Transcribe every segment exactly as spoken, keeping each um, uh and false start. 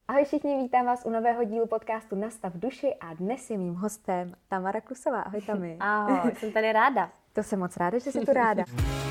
Ahoj všichni, vítám vás u nového dílu podcastu Nastav duši a dnes je mým hostem Tamara Klusová. Ahoj Tami. Ahoj, jsem tady ráda. To jsem moc ráda, že jsi tu ráda.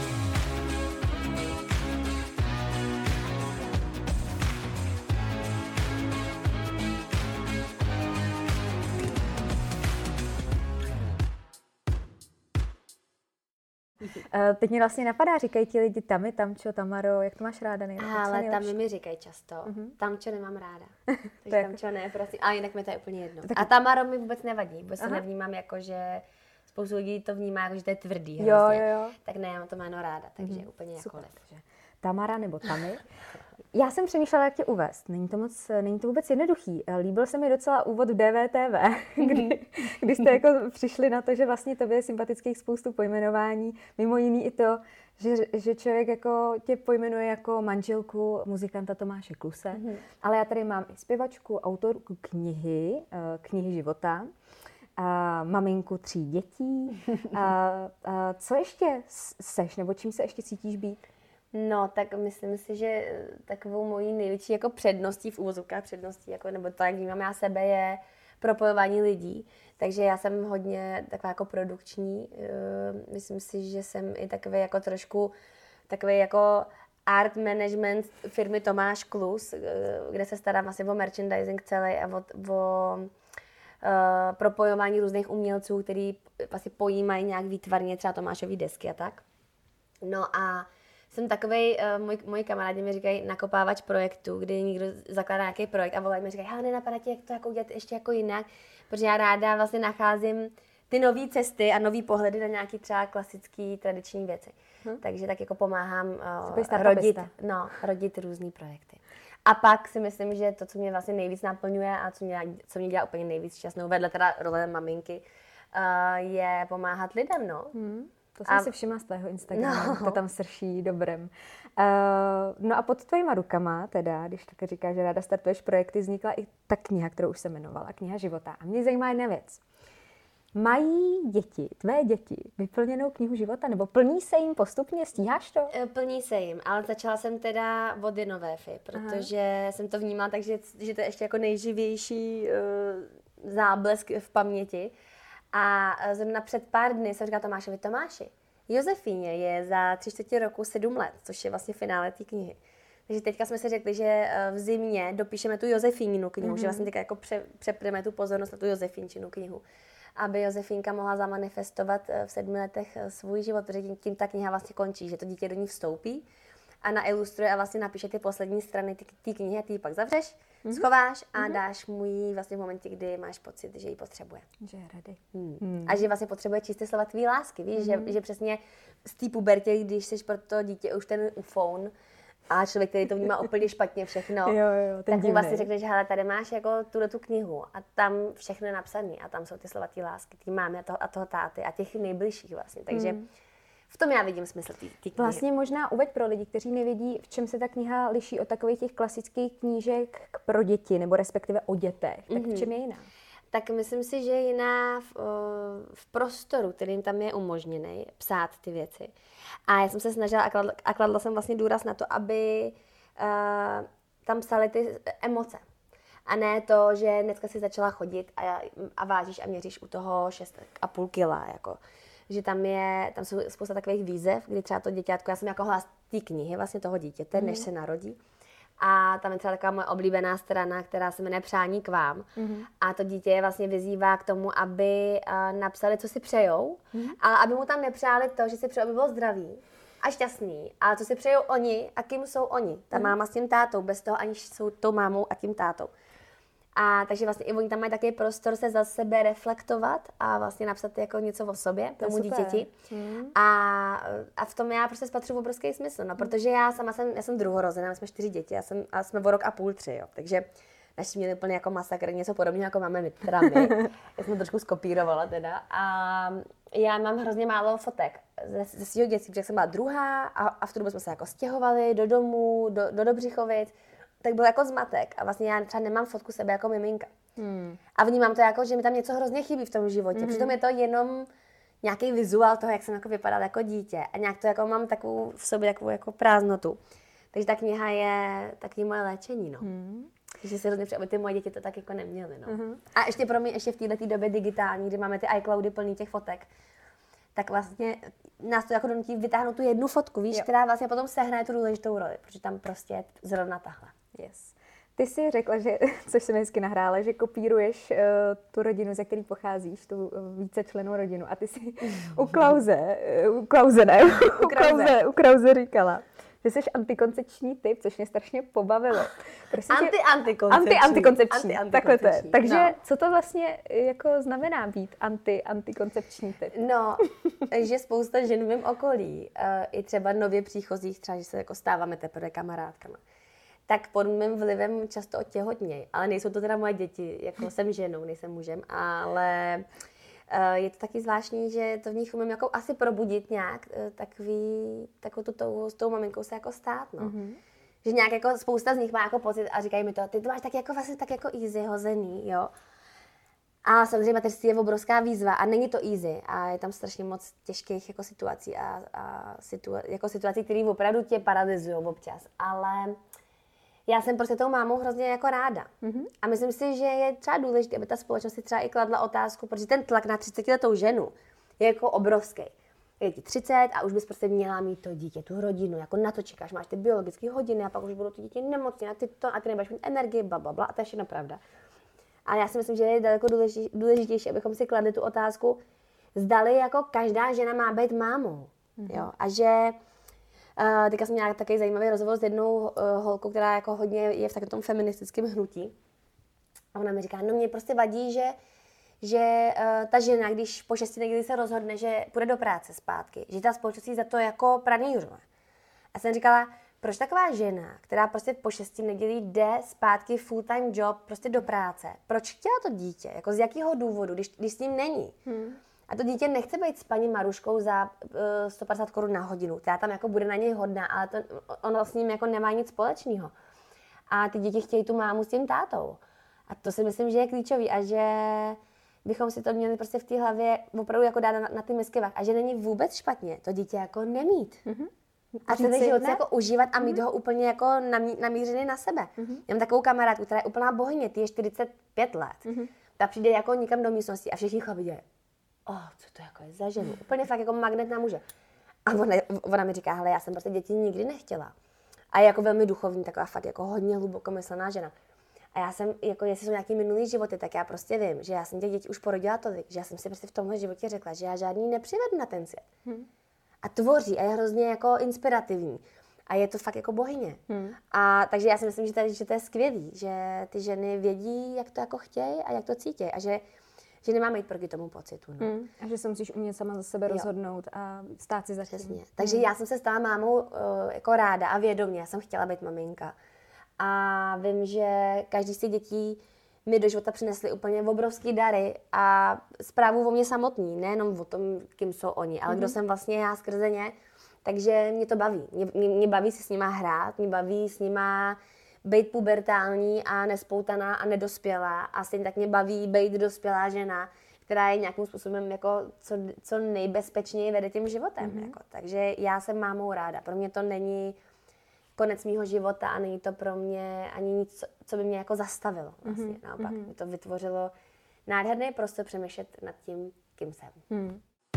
Uh, teď mě vlastně napadá, říkají ti lidi Tami, Tamčo, Tamaro, jak to máš ráda nejlepší? Ale Tami mi říkají často, uh-huh. Tamčo nemám ráda, takže Tamčo ne, prosím, a jinak mi to je úplně jedno. Tak... A Tamaro mi vůbec nevadí, vůbec to nevnímám jako, že spoustu lidí to vnímá jako, že to je tvrdý hrozně. Jo, jo, jo. Tak ne, já mám to jméno ráda, takže uh-huh. úplně jakkoliv. Tamara nebo Tami. Já jsem přemýšlela, jak tě uvést. Není to, moc, není to vůbec jednoduchý. Líbil se mi docela úvod v D V T V, kdy, kdy jste jako přišli na to, že vlastně tobě je sympatických spoustu pojmenování. Mimo jiný i to, že, že člověk jako tě pojmenuje jako manželku muzikanta Tomáše Kluse. Mm-hmm. Ale já tady mám i zpěvačku, autorku knihy, knihy života. A maminku tří dětí. A, a co ještě seš, nebo čím se ještě cítíš být? No, tak myslím si, že takovou mojí největší jako předností v úvozovkách předností, jako, nebo to, jak vnímám já sebe, je propojování lidí. Takže já jsem hodně taková jako produkční. Myslím si, že jsem i takový jako trošku takový jako art management firmy Tomáš Klus, kde se starám asi o merchandising celý a o, o uh, propojování různých umělců, který vlastně pojímají nějak výtvarně třeba Tomášový desky a tak. No a jsem takovej, uh, můj, moji kamarádi mi říkají nakopávač projektu, kdy někdo zakládá nějaký projekt a volají mi říkají, hele, nenapadá ti, jak to jako udělat ještě jako jinak, protože já ráda vlastně nacházím ty nové cesty a nový pohledy na nějaký třeba klasický, tradiční věci. Hmm. Takže tak jako pomáhám uh, rodit, no, rodit různý projekty. A pak si myslím, že to, co mě vlastně nejvíc naplňuje a co mě, co mě dělá úplně nejvíc šťastnou, vedle teda role maminky, uh, je pomáhat lidem, no. Hmm. To jsem a... si všimla z tvého Instagramu, no. To tam srší dobrem. Uh, no a pod tvojima rukama, teda, když tak říkáš, že ráda startuješ projekty, vznikla i ta kniha, kterou už se jmenovala, Kniha života. A mě zajímá jedna věc. Mají děti, tvé děti, vyplněnou knihu života, nebo plní se jim postupně, stíháš to? Plní se jim, ale začala jsem teda od jedné fy, protože Aha. jsem to vnímala tak, že, že to je ještě jako nejživější uh, záblesk v paměti. A zrovna před pár dny jsem říkala Tomášovi, Tomáši, Josefíně je za tři čtvrtě roku sedm let, což je vlastně finále té knihy. Takže teďka jsme si řekli, že v zimě dopíšeme tu Josefíninu knihu, mm-hmm. že vlastně teďka jako pře, přepneme tu pozornost na tu Josefínčinu knihu, aby Josefínka mohla zamanifestovat v sedmi letech svůj život, protože tím, tím ta kniha vlastně končí, že to dítě do ní vstoupí a nailustruje a vlastně napíše ty poslední strany té knihy a ty ji pak zavřeš, mm-hmm. schováš a mm-hmm. dáš mu ji vlastně v momentě, kdy máš pocit, že ji potřebuje. Že je ready. Hmm. Hmm. A že vlastně potřebuje čistě slova tvý lásky, víš, mm-hmm. že, že přesně z té pubertě, když jsi pro to dítě už ten ufoun a člověk, který to vnímá úplně špatně všechno, jo, jo, tak mu vlastně řekneš, hele, tady máš jako tuhle tu knihu a tam všechno je napsané a tam jsou ty slova té lásky, ty mámy a toho, a toho táty a těch nejbližších vlastně, takže mm. v tom já vidím smysl té knihy. Vlastně možná uveď pro lidi, kteří nevědí, v čem se ta kniha liší od takových těch klasických knížek pro děti, nebo respektive o dětech. Tak mm-hmm. v čem je jiná? Tak myslím si, že je jiná v, v prostoru, kterým tam je umožněný psát ty věci. A já jsem se snažila a kladla, a kladla jsem vlastně důraz na to, aby uh, tam psaly ty emoce. A ne to, že dneska si začala chodit a, a vážíš a měříš u toho šest a půl kila, jako. Že tam je, tam jsou spousta takových výzev, kdy třeba to děťátko, já jsem jako hlas té knihy vlastně toho dítěte, mm. než se narodí. A tam je třeba taková moje oblíbená strana, která se jmenuje Přání k vám. Mm. A to dítě je vlastně vyzývá k tomu, aby uh, napsali, co si přejou, mm. ale aby mu tam nepřáli to, že si přejou, aby byl zdravý a šťastný. Ale co si přejou oni a kým jsou oni. Ta mm. máma s tím tátou, bez toho aniž jsou tou mámou a tím tátou. A takže vlastně i oni tam mají takový prostor se za sebe reflektovat a vlastně napsat jako něco o sobě, tomu dítěti. Hmm. A, a v tom já prostě spatřuji obrovský smysl, no, protože já sama jsem, já jsem druhorozená, my jsme čtyři děti, já jsem, a jsme o rok a půl, tři, jo, takže naši měli úplně jako masakr, něco podobného jako máme my, teda my. Já jsem to trošku skopírovala teda a já mám hrozně málo fotek ze, ze svého dětství, protože jsem byla druhá a, a v tu dobu jsme se jako stěhovali do domů, do, do Dobřichovic. Tak byl jako zmatek a vlastně já třeba nemám fotku sebe jako miminka. Hmm. A vnímám to jako, že mi tam něco hrozně chybí v tom životě. Hmm. Přitom je to jenom nějaký vizuál toho, jak jsem jako vypadala jako dítě. A nějak to jako mám takovou v sobě takovou jako prázdnotu. Takže ta kniha je taky moje léčení, no. Hmm. že si hrozně přeju, aby ty moje děti to tak jako neměly, no. Uh-huh. A ještě pro mě, ještě v této době digitální, kdy máme ty iCloudy plný těch fotek, tak vlastně nás to jako donutí vytáhnout tu jednu fotku, víš, jo. která vlastně potom sehraje tu důležitou roli, protože tam prostě je zrovna tahle. Yes. Ty jsi řekla, že, což se mi hezky nahrála, že kopíruješ uh, tu rodinu, ze který pocházíš, tu uh, vícečlennou rodinu. A ty jsi u Klauze, uh, u Klauze ne, u Klauze, u Klauze říkala, že jsi antikoncepční typ, což mě strašně pobavilo. Anti-antikoncepční. Anti-antikoncepční, Anti- takhle to je. Takže no. co to vlastně jako znamená být anti-antikoncepční typ? No, že spousta žen v mém okolí, uh, i třeba nově příchozích, třeba, že se jako stáváme teprve kamarádkama, tak pod mým vlivem často otěhotnějí. Ale nejsou to teda moje děti, jako jsem ženou, nejsem mužem, ale uh, je to taky zvláštní, že to v nich umím jako asi probudit nějak uh, takový, takovou tu touhu s tou maminkou se jako stát, no. Mm-hmm. Že nějak jako spousta z nich má jako pocit a říkají mi to, ty to máš tak jako vlastně tak jako easy hozený, jo. A samozřejmě mateřství je obrovská výzva a není to easy a je tam strašně moc těžkých jako situací a, a situa- jako situací, které opravdu tě paralyzují občas, ale já jsem prostě tou mámou hrozně jako ráda. Mm-hmm. A myslím si, že je třeba důležité, aby ta společnost si třeba i kladla otázku, protože ten tlak na třicetiletou ženu je jako obrovský. Je ti třicet a už bys prostě měla mít to dítě, tu rodinu, jako na to čekáš, máš ty biologické hodiny a pak už budou ty děti nemocné a ty to a ty nebudeš mít energii, blablabla a to je všechno pravda. Ale já si myslím, že je daleko důležitější, abychom si kladli tu otázku, zdali jako každá žena má být mámou. Mm-hmm. Jo? A že Uh, teďka jsem měla takový zajímavý rozhovor s jednou uh, holkou, která jako hodně je v takovém feministickém hnutí. A ona mi říká, no mě prostě vadí, že, že uh, ta žena, když po šesti neděli se rozhodne, že půjde do práce zpátky, že ta společnost jí za to jako pranířuje. A jsem říkala, proč taková žena, která prostě po šesti neděli jde zpátky full time job prostě do práce, proč chtěla to dítě, jako z jakého důvodu, když, když s ním není? Hmm. A to dítě nechce být s paní Maruškou za uh, sto padesát korun na hodinu, která tam jako bude na něj hodná, ale to, ono s ním jako nemá nic společného. A ty děti chtějí tu mámu s tím tátou. A to si myslím, že je klíčový a že bychom si to měli prostě v té hlavě opravdu jako dát na, na ty misky vah. A že není vůbec špatně to dítě jako nemít. Mm-hmm. A ten život si jako užívat a mít mm-hmm. ho úplně jako namí, namířený na sebe. Mm-hmm. Já mám takovou kamarádku, která je úplná bohyně, ty je čtyřicet pět let. Mm-hmm. Ta přijde jako nikam do místnosti a všichni chlapi dělají, oh, co to jako je za ženu. Úplně fakt jako magnet na muže. A ona, ona mi říká, hele, já jsem prostě děti nikdy nechtěla. A je jako velmi duchovní, taková fakt jako hodně hluboko-myslená žena. A já jsem, jako jestli jsou nějaký minulý životy, tak já prostě vím, že já jsem těch dětí už porodila tolik, že já jsem si prostě v tomhle životě řekla, že já žádný nepřivedu na ten svět. Hmm. A tvoří a je hrozně jako inspirativní. A je to fakt jako bohyně. Hmm. A takže já si myslím, že, tady, že to je skvělý, že ty ženy vědí, jak to jako chtějí a jak to cítí. A že že nemáme jít proti tomu pocitu. No. Hmm. A že se musíš umět sama za sebe jo. rozhodnout a stát si za tím. Přesně. Takže hmm. já jsem se stala mámou uh, jako ráda a vědomě. Já jsem chtěla být maminka. A vím, že každý z těch dětí mi do života přinesli úplně obrovský dary a zprávu o mě samotný, nejenom o tom, kým jsou oni, ale hmm. kdo jsem vlastně já skrze ně. Takže mě to baví. Mě, mě, mě baví si s nima hrát, mě baví s nima být pubertální a nespoutaná a nedospělá. A stejně tak mě baví být dospělá žena, která je nějakým způsobem jako co, co nejbezpečněji vede tím životem. Mm-hmm. Jako. Takže já jsem mámou ráda. Pro mě to není konec mýho života a není to pro mě ani nic, co by mě jako zastavilo. Vlastně. Mm-hmm. Naopak mm-hmm. mi to vytvořilo nádherný prostor přemýšlet nad tím, kým jsem. Mm.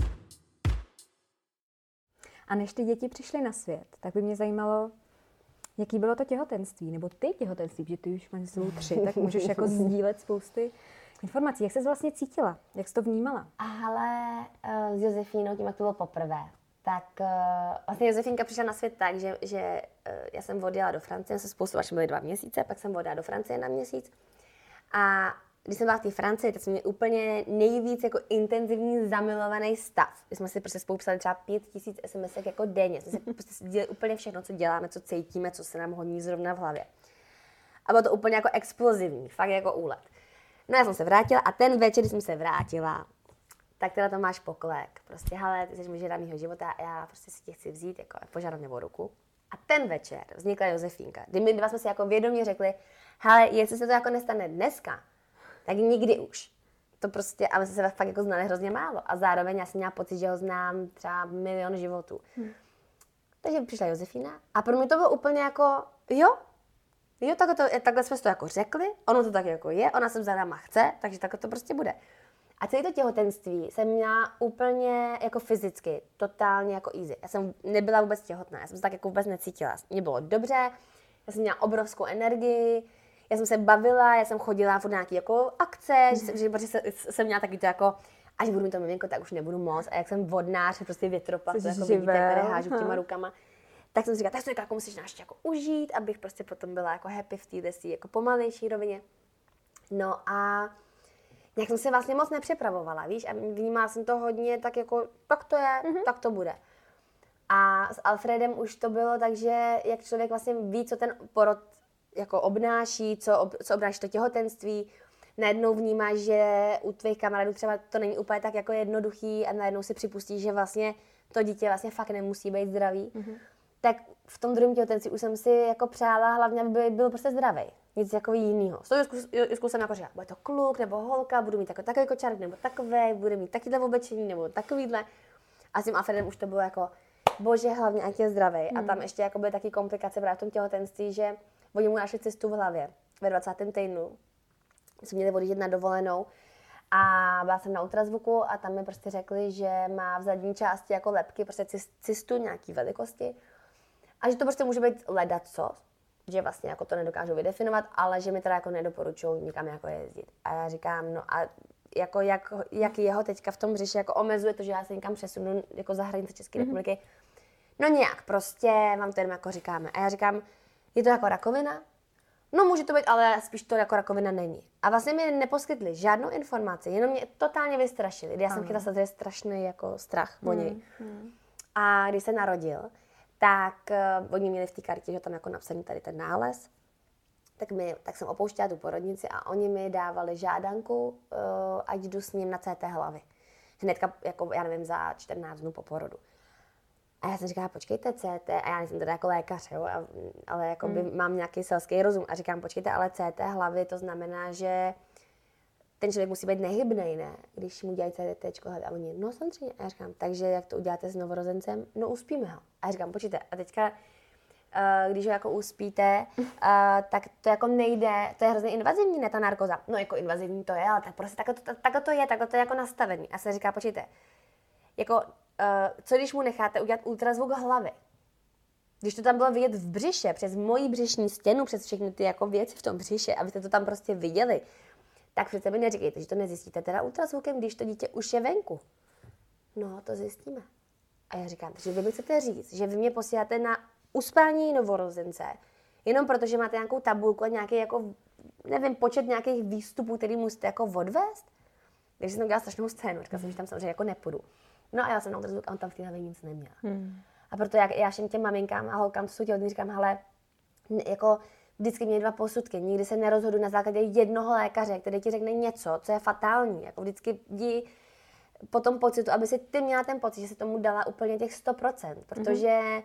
A než ty děti přišly na svět, tak by mě zajímalo, jaký bylo to těhotenství, nebo ty těhotenství, protože ty už máš svou tři, tak můžeš jako sdílet spousty informací. Jak jsi vlastně cítila? Jak jsi to vnímala? Ale uh, s Josefínou, tím, jak to bylo poprvé, tak uh, vlastně Josefínka přišla na svět tak, že, že uh, já jsem odjela do Francie, jsem spoustu, až byly dva měsíce, pak jsem odjela do Francie na měsíc. A když jsem byla v té Francii, tak jsem měla úplně nejvíc jako intenzivní zamilovaný stav. My jsme si prostě spolu psali třeba pět tisíc es em esek jako denně. Jsme si prostě dělali úplně všechno, co děláme, co cítíme, co se nám hodí zrovna v hlavě. A bylo to úplně jako explozivní, fakt jako úlet. No já jsem se vrátila a ten večer, když jsem se vrátila, tak teda to máš poklek. Prostě, hele, ty jsi mi žena mýho života a já prostě si tě chci vzít, jako požádám mě o ruku. A ten večer vznikla Josefínka, kdy my dva jsme si jako vědomě řekli, hele, jestli se to jako nestane dneska, tak nikdy už. To prostě, ale jsme se fakt jako znali hrozně málo. A zároveň já jsem měla pocit, že ho znám třeba milion životů. Hmm. Takže přišla Josefína a pro mě to bylo úplně jako, jo, jo, tak to, takhle jsme to jako řekli, ono to tak jako je, ona se za náma chce, takže takhle to prostě bude. A celé to těhotenství jsem měla úplně jako fyzicky, totálně jako easy. Já jsem nebyla vůbec těhotná, já jsem se tak jako vůbec necítila. Mně bylo dobře, já jsem měla obrovskou energii, já jsem se bavila, já jsem chodila furt nějaký jako akce, mm. že, že protože se, jsem měla taky to jako, až budu mít to miminko, tak už nebudu moc. A jak jsem vodnář, prostě větroplach, to jako vidíte, které hážu těma rukama. Tak jsem si říkala, tak to jako musíš náš jako užít, abych prostě potom byla jako happy v této jako pomalejší rovině. No a nějak jsem se vlastně moc nepřipravovala, víš, a vnímala jsem to hodně tak jako, tak to je, mm-hmm. tak to bude. A s Alfredem už to bylo tak, že jak člověk vlastně ví, co ten porod jako obnáší, co, ob, co obnáší to těhotenství, najednou vnímáš, že u tvých kamarádů třeba to není úplně tak jako jednoduchý a najednou si připustíš, že vlastně to dítě vlastně fakt nemusí být zdravý. Mm-hmm. Tak v tom druhém těhotenství už jsem si jako přála hlavně, aby byl prostě zdravý. Nic jako jinýho. Z toho Jusku jsem jako říkala, bude to kluk nebo holka, budu mít takový, takový kočárek nebo takový, bude mít takovýhle oblečení nebo takovýhle. A s tím Alfredem už to bylo jako, bože, hlavně ať je zdravý. Hmm. A tam ještě jako byly taky komplikace právě v tom těhotenství, že oni mu našli cestu v hlavě ve dvacátém týdnu. Jsme měli odjíždět na dovolenou a byla jsem na ultrazvuku a tam mi prostě řekli, že má v zadní části jako lebky, prostě cystu nějaký velikosti a že to prostě může být ledacos, že vlastně jako to nedokážu vydefinovat, ale že mi teda jako nedoporučují nikam jako jezdit. A já říkám, no a jako jak, jak jeho teďka v tom břiše jako omezuje to, že já se někam přesunu jako za hranice České republiky. Mm-hmm. No nějak, prostě vám to jenom jako říkáme. A já říkám, je to jako rakovina? No může to být, ale spíš to jako rakovina není. A vlastně mi neposkytli žádnou informaci, jenom mě totálně vystrašili. Já jsem chytla samozřejmě strašný jako strach o něj. Mm-hmm. A když se narodil, tak uh, oni měli v té kartě, že tam jako napsaný tady ten nález, tak, mi, tak jsem opouštěla tu porodnici a oni mi dávali žádanku, uh, ať jdu s ním na C T hlavy. Hnedka, jako, já nevím, za čtrnáct dnů po porodu. A já jsem říkala, počkejte, C T, a já nejsem teda jako lékař, jo, ale jako by mm. mám nějaký selský rozum. A říkám, počkejte, ale C T hlavy, to znamená, že ten člověk musí být nehybnej, ne? Když mu dělají C T hlavy. A oni, no samozřejmě. A já říkám, takže jak to uděláte s novorozencem? No uspíme ho. A já říkám, počkejte, a teďka, uh, když ho jako uspíte, uh, tak to jako nejde, to je hrozně invazivní, ne ta narkoza. No jako invazivní to je, ale tak prostě takhle to, takhle to je, takhle to je jako nastavení. A se říká, počkejte, jako, uh, co když mu necháte udělat ultrazvuk hlavy? Když to tam bylo vidět v břiše, přes moji břišní stěnu, přes všechny ty jako věci v tom břiše, abyste to tam prostě viděli, tak přece mi neříkejte, že to nezjistíte teda ultrazvukem, když to dítě už je venku. No, to zjistíme. A já říkám, že vy mi chcete říct, že vy mě posíláte na uspání novorozence, jenom protože máte nějakou tabulku a nějaký jako, nevím, počet nějakých výstupů, který musíte jako odvést. Takže jsem udělala strašnou scénu, říkala jsem, že tam samozřejmě jako nepůjdu. No a já jsem na ultrazvuk a on tam v té hlavě nic neměl. Hmm. A proto já, já všem těm maminkám a holkám, co jsou těhotný, říkám, hele, jako vždycky měli dva posudky, nikdy se nerozhoduji na základě jednoho lékaře, který ti řekne něco, co je fatální. Jako vždycky jdi po tom pocitu, aby si ty měla ten pocit, že si tomu dala úplně těch sto procent, protože mm-hmm.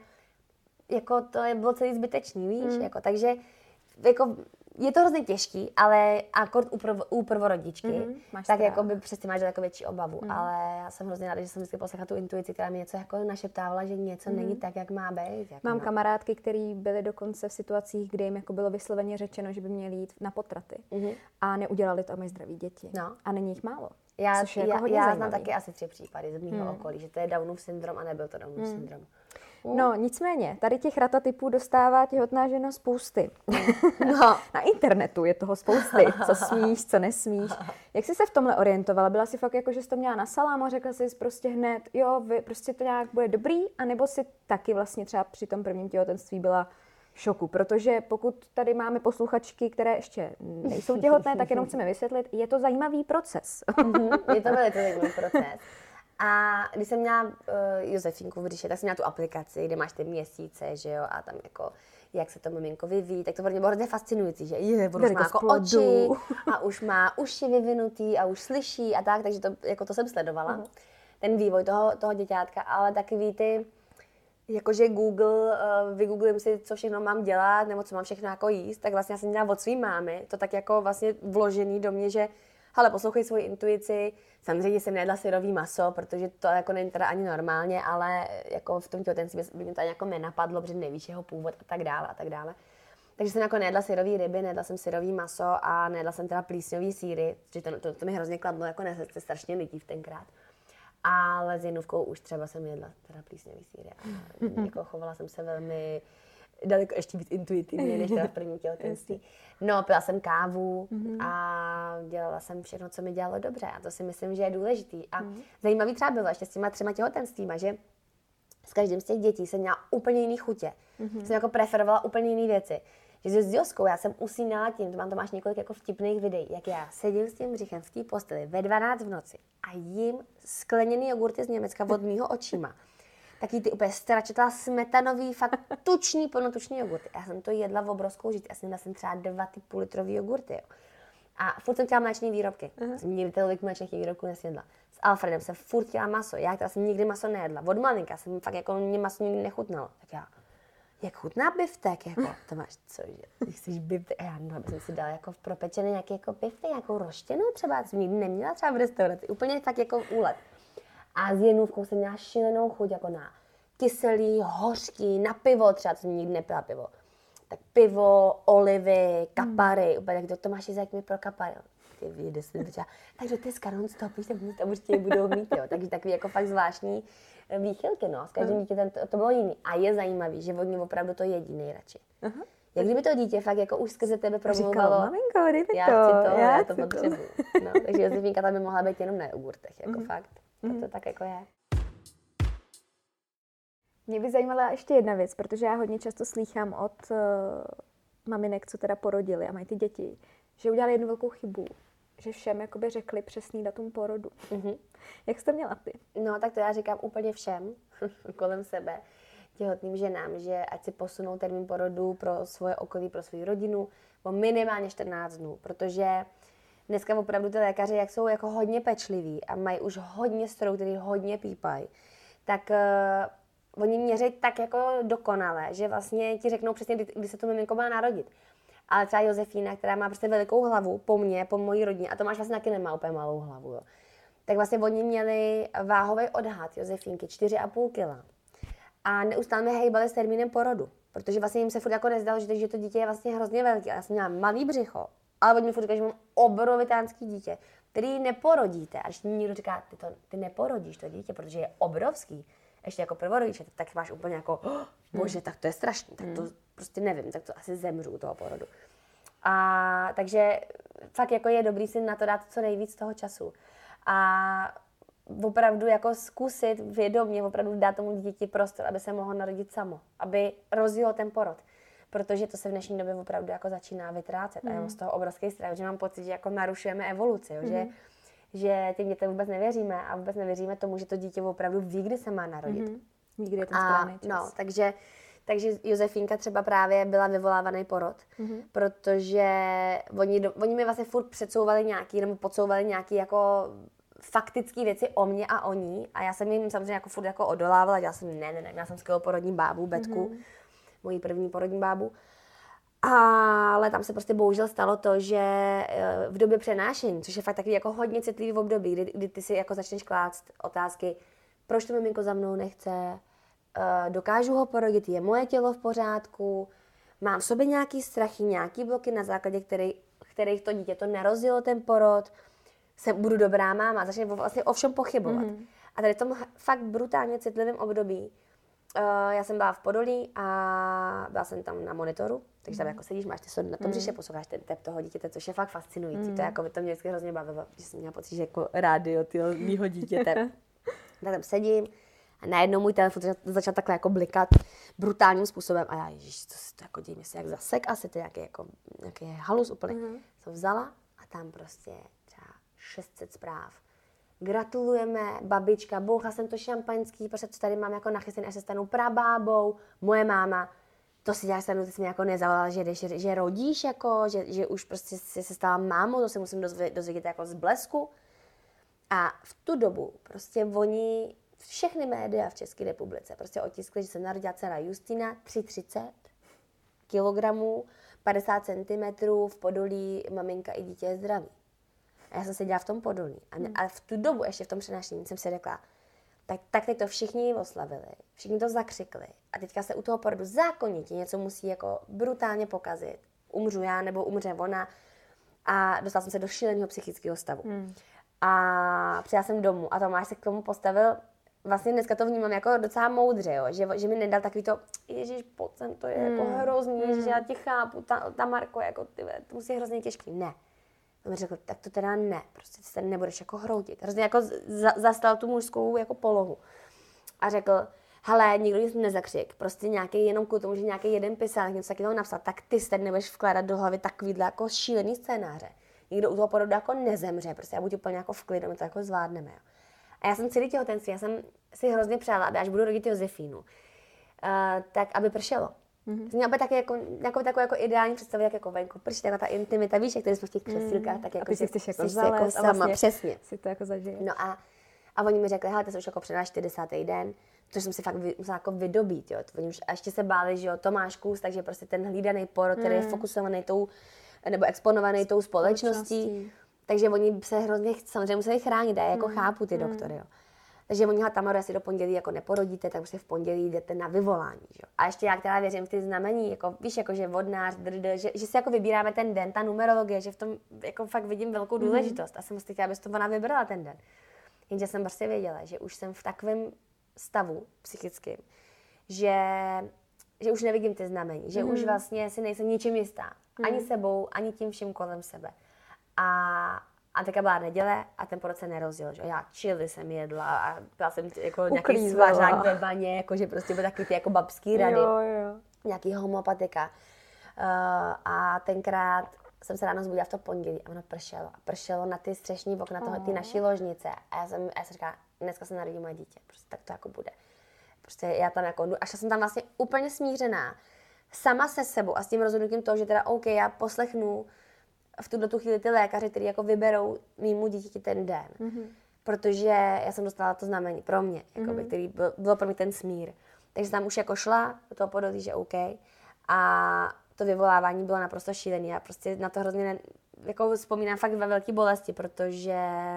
jako to je bylo celý zbytečný, víš, mm. jako, takže jako je to hrozně těžký, ale akord u, prv, u prvorodičky, mm-hmm, tak jako by přesně máš jako větší obavu, mm. ale já jsem hrozně ráda, že jsem vždycky poslechla tu intuici, která mi něco jako našeptávala, že něco mm. není tak, jak má být. Jak Mám má. kamarádky, které byly dokonce v situacích, kdy jim jako bylo vysloveně řečeno, že by měly jít na potraty mm-hmm. a neudělali to, aby mají zdraví děti. No. A není jich málo. Já, je jako já, já znám taky asi tři případy z mého mm. okolí, že to je Downův syndrom a nebyl to Downův mm. syndrom. Uh. No, nicméně, tady těch ratatypů dostává těhotná žena spousty. No. Na internetu je toho spousty, co smíš, co nesmíš. Jak jsi se v tomhle orientovala? Byla jsi fakt jako, že jsi to měla na salámu a řekla jsi prostě hned, jo, vy, prostě to nějak bude dobrý, anebo si taky vlastně třeba při tom prvním těhotenství byla v šoku, protože pokud tady máme posluchačky, které ještě nejsou těhotné, tak jenom chceme vysvětlit, je to zajímavý proces. Je to velice zajímavý proces. A když jsem měla uh, Josefínku v břiše, tak jsem měla tu aplikaci, kde máš ty měsíce, že jo, a tam jako, jak se to miminko vyvíjí, tak to pro mě bylo hrozně fascinující, že je, už má jako oči a už má uši vyvinutý a už slyší a tak, takže to, jako to jsem sledovala, uh-huh. ten vývoj toho, toho děťátka, ale takový ty, jakože Google, uh, vygooglím si, co všechno mám dělat, nebo co mám všechno jako jíst, tak vlastně já jsem měla od svý mámy, to tak jako vlastně vložený do mě, že hele, poslouchej svoji intuici, samozřejmě jsem nejedla syrový maso, protože to jako není teda ani normálně, ale jako v tom těhotenství by mě to jako nenapadlo, protože nevíš jeho původ a tak dále a tak dále. Takže jsem jako nejedla syrový ryby, nejedla jsem syrový maso a nejedla jsem teda plísňový sýry, že to, to, to mi hrozně kladlo, jako nesete strašně lidí v tenkrát. Ale s Jinůvkou už třeba jsem jedla teda plísňový sýry a mm-hmm. jako chovala jsem se velmi daleko ještě víc intuitivně, než teda v prvním těhotenství. No, pila jsem kávu mm-hmm. a dělala jsem všechno, co mi dělalo dobře a to si myslím, že je důležitý. A mm-hmm. zajímavý třeba bylo ještě s těma třema těhotenstvíma, že s každým z těch dětí jsem měla úplně jiný chutě. Mm-hmm. Jsem jako preferovala úplně jiné věci. Že s Joskou já jsem usínala tím, to mám to máš několik jako vtipných videí, jak já sedím s tím břichem v té posteli ve dvanáct v noci a jím skleněný jogurty z Německa od mýho očima. Taky ty úplně stračetá smetanový, fakt tučný, plnotučný jogurty. Já jsem to jedla v obrovskou žít, já jsem, jsem třeba dva ty půl litrový jogurty. Jo. A furt jsem chtěla mléčné výrobky. Uh-huh. Jsem nikdy tolik mléčných výrobků nesnědla. S Alfredem jsem furt chtěla maso, já která jsem nikdy maso nejedla. Od malinka jsem fakt jako mě maso nikdy nechutnalo. Tak já, jak chutná biftek, jako, to máš co, že chceš biftek, já no, jsem si dala jako v propečený nějaký jako biftek, nějakou roštěnou třeba, jsem nikdy neměla třeba v restauraci, úplně fakt jako úlet. A s Jinůvkou jsem měla šílenou chuť jako na kyselý, hořký, na pivo třeba, to jsem nikdy nepila pivo. Tak pivo, olivy, kapary, mm. úplně tak to Tomáši jak mi pro kapary. Ty vyjde si třeba, tak do Teska non-stop, víš, tak tam určitě budou mít, jo. Takže takový jako fakt zvláštní výchylky, no, s každým mm. dítětem to, to bylo jiný. A je zajímavý, že oni opravdu to jedí nejradši. Uh-huh. Jak kdyby to dítě fakt jako už skrze tebe promlouvalo. Maminko, dej mi to. Já chci to, já, já to potřebuji. No, takže Josefínka tam by mohla být jenom na jogurtech, jako mm. fakt. Mm. To tak jako je. Mě by zajímala ještě jedna věc, protože já hodně často slýchám od uh, maminek, co teda porodili a mají ty děti, že udělali jednu velkou chybu, že všem jakoby řekli přesný datum porodu. Mm-hmm. Jak jsi to měla ty? No, tak to já říkám úplně všem kolem sebe, těhotným ženám, že ať si posunou termín porodu pro svoje okolí, pro svou rodinu, o minimálně čtrnáct dnů, protože dneska opravdu ty lékaři, jak jsou jako hodně pečliví a mají už hodně strojů, který hodně pípají, tak uh, oni měří tak jako dokonale, že vlastně ti řeknou přesně, kdy, kdy se to miminko má narodit. Ale třeba Josefína, která má prostě velikou hlavu po mně, po mojí rodině, a Tomáš vlastně taky nemá úplně malou hlavu, jo. Tak vlastně oni měli váhový odhad Josefínky čtyři a půl kila. A neustále mi hejbali s termínem porodu, protože vlastně jim se furt jako nezdalo, že, že to dítě je vlastně hrozně velké. Já jsem měla malý břicho, ale oni mi furt říkají, že mám obrovitánský dítě, který neporodíte. A když někdo říká, ty, to, ty neporodíš to dítě, protože je obrovský, ještě jako prvorodiče, tak, tak máš úplně jako, oh, bože, tak to je strašný, tak to prostě nevím, tak to asi zemřu u toho porodu. A takže fakt jako je dobrý si na to dát co nejvíc toho času. A opravdu jako zkusit vědomě, opravdu dát tomu dítěti prostor, aby se mohlo narodit samo, aby rozjelo ten porod. Protože to se v dnešní době opravdu jako začíná vytrácet. Mm. A já mám z toho obrovský strach, že mám pocit, že jako narušujeme evoluci, jo? Mm. Že, že těm dětem vůbec nevěříme a vůbec nevěříme tomu, že to dítě opravdu ví, kdy se má narodit. Mm. Nikdy je ten správný čas. No, takže, takže Josefínka třeba právě byla vyvolávaný porod, mm. protože oni, do, oni mi vlastně furt předsouvali nějaký, nebo podsouvali nějaký jako faktické věci o mě a o ní. A já jsem jim samozřejmě jako furt jako odolávala, dělala jsem ne, ne, ne, měla jsem skvělou porodní bábu, Betku, mm. moji první porodní bábu. Ale tam se prostě bohužel stalo to, že v době přenášení, což je fakt takový jako hodně citlivý v období, kdy, kdy ty si jako začneš klást otázky, proč to miminko za mnou nechce, dokážu ho porodit, je moje tělo v pořádku, mám v sobě nějaký strachy, nějaký bloky, na základě který, kterých to dítě to nerozjelo ten porod, jsem, budu dobrá máma, začne vlastně o všem pochybovat. Mm-hmm. A tady v tom fakt brutálně citlivém období, uh, já jsem byla v Podolí a byla jsem tam na monitoru, takže tam mm-hmm. jako sedíš, máš ty sody na tom břiše, mm-hmm. posloucháš ten tep toho dítěte, což je fakt fascinující. Mm-hmm. To, je jako, to mě vždycky hrozně bavilo, že jsem měla pocit, že jako rádio tyho mýho dítěte. Tak tam sedím a najednou můj telefon začal takhle jako blikat brutálním způsobem a já, ježiš, to se to jako děje, jak zasek asi, to je nějaký, jako, nějaký halus úplně. Mm-hmm. Jsem vzala a tam prostě šest set zpráv. Gratulujeme, babička, bouchla jsem to šampaňský, protože co tady mám jako nachystený, až se stanu prabábou, moje máma, to si děláš stanu, ty jsi mě jako nezavolala, že, jdeš, že rodíš, jako, že, že už prostě si se stala mámou, to se musím dozvědět, dozvědět jako z blesku. A v tu dobu prostě oni, všechny média v České republice prostě otiskli, že se narodila dcera Justina, tři třicet kilogramů, padesát centimetrů, v Podolí, maminka i dítě je zdravý. A já jsem seděla v tom Podolí. A, a v tu dobu, ještě v tom přenášení, jsem si řekla, Tak, tak teď to všichni oslavili, všichni to zakřikli a teďka se u toho porodu zákonitě něco musí jako brutálně pokazit. Umřu já nebo umře ona a dostala jsem se do šíleného psychického stavu. Hmm. A přijela jsem domů a Tomáš se k tomu postavil, vlastně dneska to vnímám jako docela moudře, jo? Že, že mi nedal takový to, ježiš, pojď sem, to je hmm. jako hrozný, hmm. že já tě chápu, ta, ta Marko, jako ty, to musí hrozně těžký. Ne. On mi řekl, tak to teda ne, prostě ty se nebudeš jako hroutit. Hrozně jako za, zastal tu mužskou jako polohu. A řekl, hele, nikdo nic nezakřik, prostě nějaký jenom kvůli tomu, že nějaký jeden pisák něco takového napsal, tak ty se nebudeš vkládat do hlavy takovýhle jako šílený scénáře. Nikdo u toho porodu jako nezemře, prostě já budu úplně jako v klidu, my to jako zvládneme. Jo. A já jsem celý těhotenství, já jsem si hrozně přála, aby až budu rodit Josefínu, uh, tak aby pršelo. Mm-hmm. Měla by taky jako, jako, takovou jako ideální představu, jak jako venku prší, taková ta intimita, víš, jak tady jsme v těch křesílkách, mm, tak jako si chceš jako zalézt jako sama, vlastně přesně. Si to jako zažije. No a, a oni mi řekli, hele, ty se už jako předáš čtyřicátý den, což jsem si fakt vy, musela jako vydobít, jo. Oni už a ještě se báli, že jo, to máš kus, takže prostě ten hlídaný porod, který mm. je fokusovaný tou, nebo exponovaný tou společností, společností. Takže oni se hrozně samozřejmě museli chránit, a já jako mm. chápu ty mm. doktory, jo. Takže oni ho Tamaru, jestli do pondělí jako neporodíte, tak prostě v pondělí jdete na vyvolání. Že? A ještě já, která věřím v ty znamení, jako, víš, jako, že vodnář, drd, že, že si jako vybíráme ten den, ta numerologie, že v tom jako fakt vidím velkou důležitost. Mm-hmm. A jsem prostě chtěla, abys to ona vybrala ten den. Jenže jsem prostě věděla, že už jsem v takovém stavu psychickém, že, že už nevidím ty znamení, že mm-hmm. už vlastně si nejsem ničím jistá. Mm-hmm. Ani sebou, ani tím vším kolem sebe. A A teďka byla neděle a ten porod se nerozděl, že já chili jsem jedla a byla jsem jako nějaký svařák ve vaně, jakože prostě byly takový ty jako babský rady, jo, jo. nějaký homeopatika. Uh, a tenkrát jsem se ráno zbudila v to pondělí a ono pršelo. A pršelo na ty střešní okna toho, ty naší ložnice. A já jsem, já jsem říkala, dneska se narodí moje dítě, prostě tak to jako bude. Prostě já tam jako jdu, až jsem tam vlastně úplně smířená, sama se sebou a s tím rozhodnutím toho, že teda OK, já poslechnu v tuto tu chvíli ty lékaři, kteří jako vyberou mýmu dítěti ten den. Mm-hmm. Protože já jsem dostala to znamení pro mě, jakoby, mm-hmm. který byl, bylo pro mě ten smír. Takže tam už jako šla do toho podolí, že OK. A to vyvolávání bylo naprosto šílené. Já prostě na to hrozně ne, jako vzpomínám fakt ve velké bolesti, protože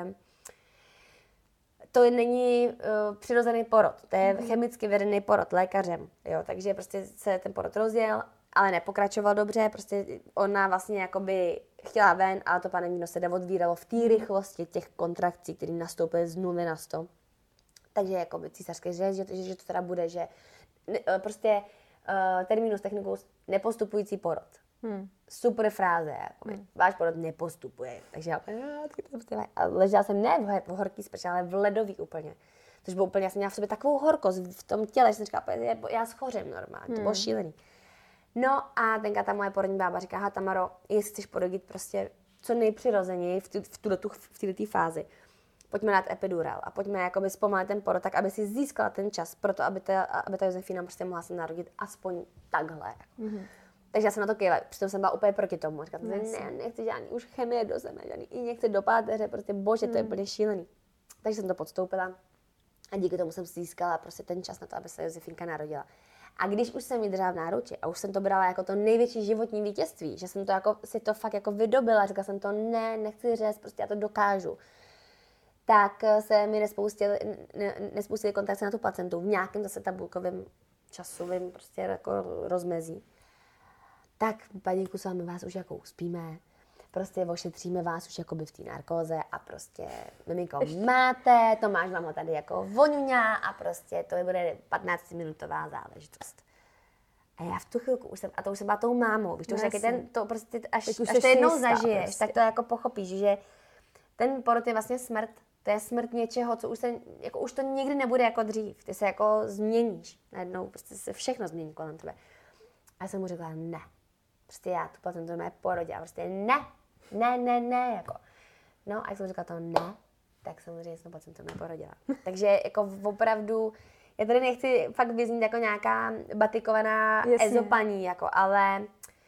to není uh, přirozený porod. To je mm-hmm. chemicky vedený porod lékařem. Jo? Takže prostě se ten porod rozjel, ale nepokračoval dobře, prostě ona vlastně jakoby chtěla ven, ale to panevní se odvíralo v té rychlosti těch kontrakcí, které nastoupily z nuly na sto. Takže jakoby císařský řez, že, že, že to teda bude, že prostě uh, terminus technicus nepostupující porod. Hmm. Super fráze, jakoby, hmm. váš porod nepostupuje. Takže já a ležela jsem ne v horký sprše, ale v ledový úplně. Což bylo úplně, já jsem měla v sobě takovou horkost v tom těle, že jsem říkala, já schořím normálně, hmm. to bylo šílený. No a tenka ta moje porodní bába říká, aha Tamaro, jestli chceš porodit prostě co nejpřirozeněji v, v, tuto, v této fázi, pojďme dát epidural a pojďme jakoby zpomalit ten porod, tak aby si získala ten čas pro to, aby ta, aby ta Josefína prostě mohla se narodit aspoň takhle. Mm-hmm. Takže já jsem na to kývala, přitom jsem byla úplně proti tomu. Říkala jsem, ne, nechci žádný už chemie do zeme, žádný injekce do páteře, prostě bože, to je úplně šílený. Takže jsem to podstoupila a díky tomu jsem získala prostě ten čas na to, aby se Josefínka narodila. A když už jsem ji držela v náruči a už jsem to brala jako to největší životní vítězství, že jsem to jako, si to fakt jako vydobila, říkala jsem to ne, nechci řez, prostě já to dokážu, tak se mi nespustily, ne, nespustily kontakty na tu placentu v nějakém zase tabulkovém časovém prostě jako rozmezí. Tak paní Kusová, my vás už jako uspíme, prostě ošetříme vás už jakoby v té narkóze a prostě miminko máte, Tomáš vám ho tady jako voňuňá a prostě to bude patnáctiminutová záležitost. A já v tu chvilku už jsem, a to už jsem byla tou mámou, víš, to už taky ten, to prostě, až, až to jednou jistá, zažiješ, prostě. Tak to jako pochopíš, že ten porod je vlastně smrt, to je smrt něčeho, co už se, jako už to nikdy nebude jako dřív, ty se jako změníš, najednou prostě se všechno změní kolem tebe. A já jsem mu řekla ne, prostě já tu placentu mé porodě a prostě ne. Ne, ne, ne, jako. No a jak jsem říkala to ne, tak samozřejmě jsem placentu neporodila. Takže jako opravdu, já tady nechci fakt vyznít jako nějaká batikovaná Jasně. ezopaní, jako, ale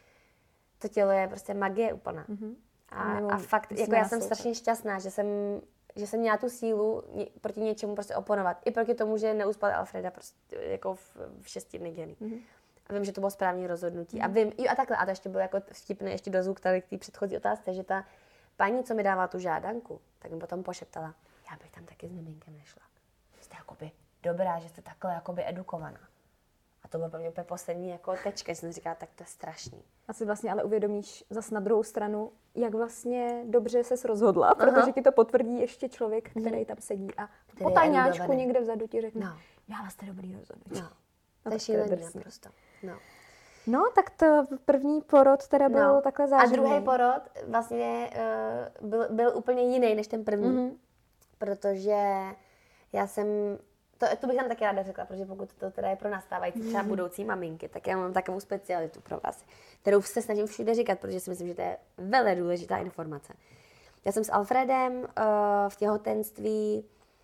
to tělo je prostě magie úplná. Mm-hmm. A, a fakt, jako já jsem strašně šťastná, že jsem, že jsem měla tu sílu ně, proti něčemu prostě oponovat. I proti tomu, že neuspal Alfreda prostě jako v, v šesti nedělí. Mm-hmm. A vím, že to bylo správné rozhodnutí. Mm. A vím, jo, a takhle, a to ještě bylo jako vtipné, ještě dozvuk tady k té předchozí otázce, že ta paní, co mi dává tu žádanku, tak mi potom pošeptala, já bych tam taky s miminkem nešla. jste jakoby dobrá, že jste takhle jakoby edukovaná. A to bylo pro mě úplně poslední jako tečka, jsem říkala, tak to je strašný. A si vlastně ale uvědomíš zas na druhou stranu, jak vlastně dobře ses rozhodla, Aha. protože ti to potvrdí ještě člověk, který mm. tam sedí a po tajňáčku někde vzadu ti řekne, no. dělala jste dobrý rozhodnutí. No. No, to je šílený naprosto. No. No, tak to první porod teda byl no. takhle záživný. A druhý porod vlastně uh, byl, byl úplně jiný než ten první, mm-hmm. protože já jsem, to, to bych tam taky ráda řekla, protože pokud to teda je pro nastávající třeba mm-hmm. budoucí maminky, tak já mám takovou specialitu pro vás, kterou se snažím všude říkat, protože si myslím, že to je velmi důležitá informace. Já jsem s Alfredem uh, v těhotenství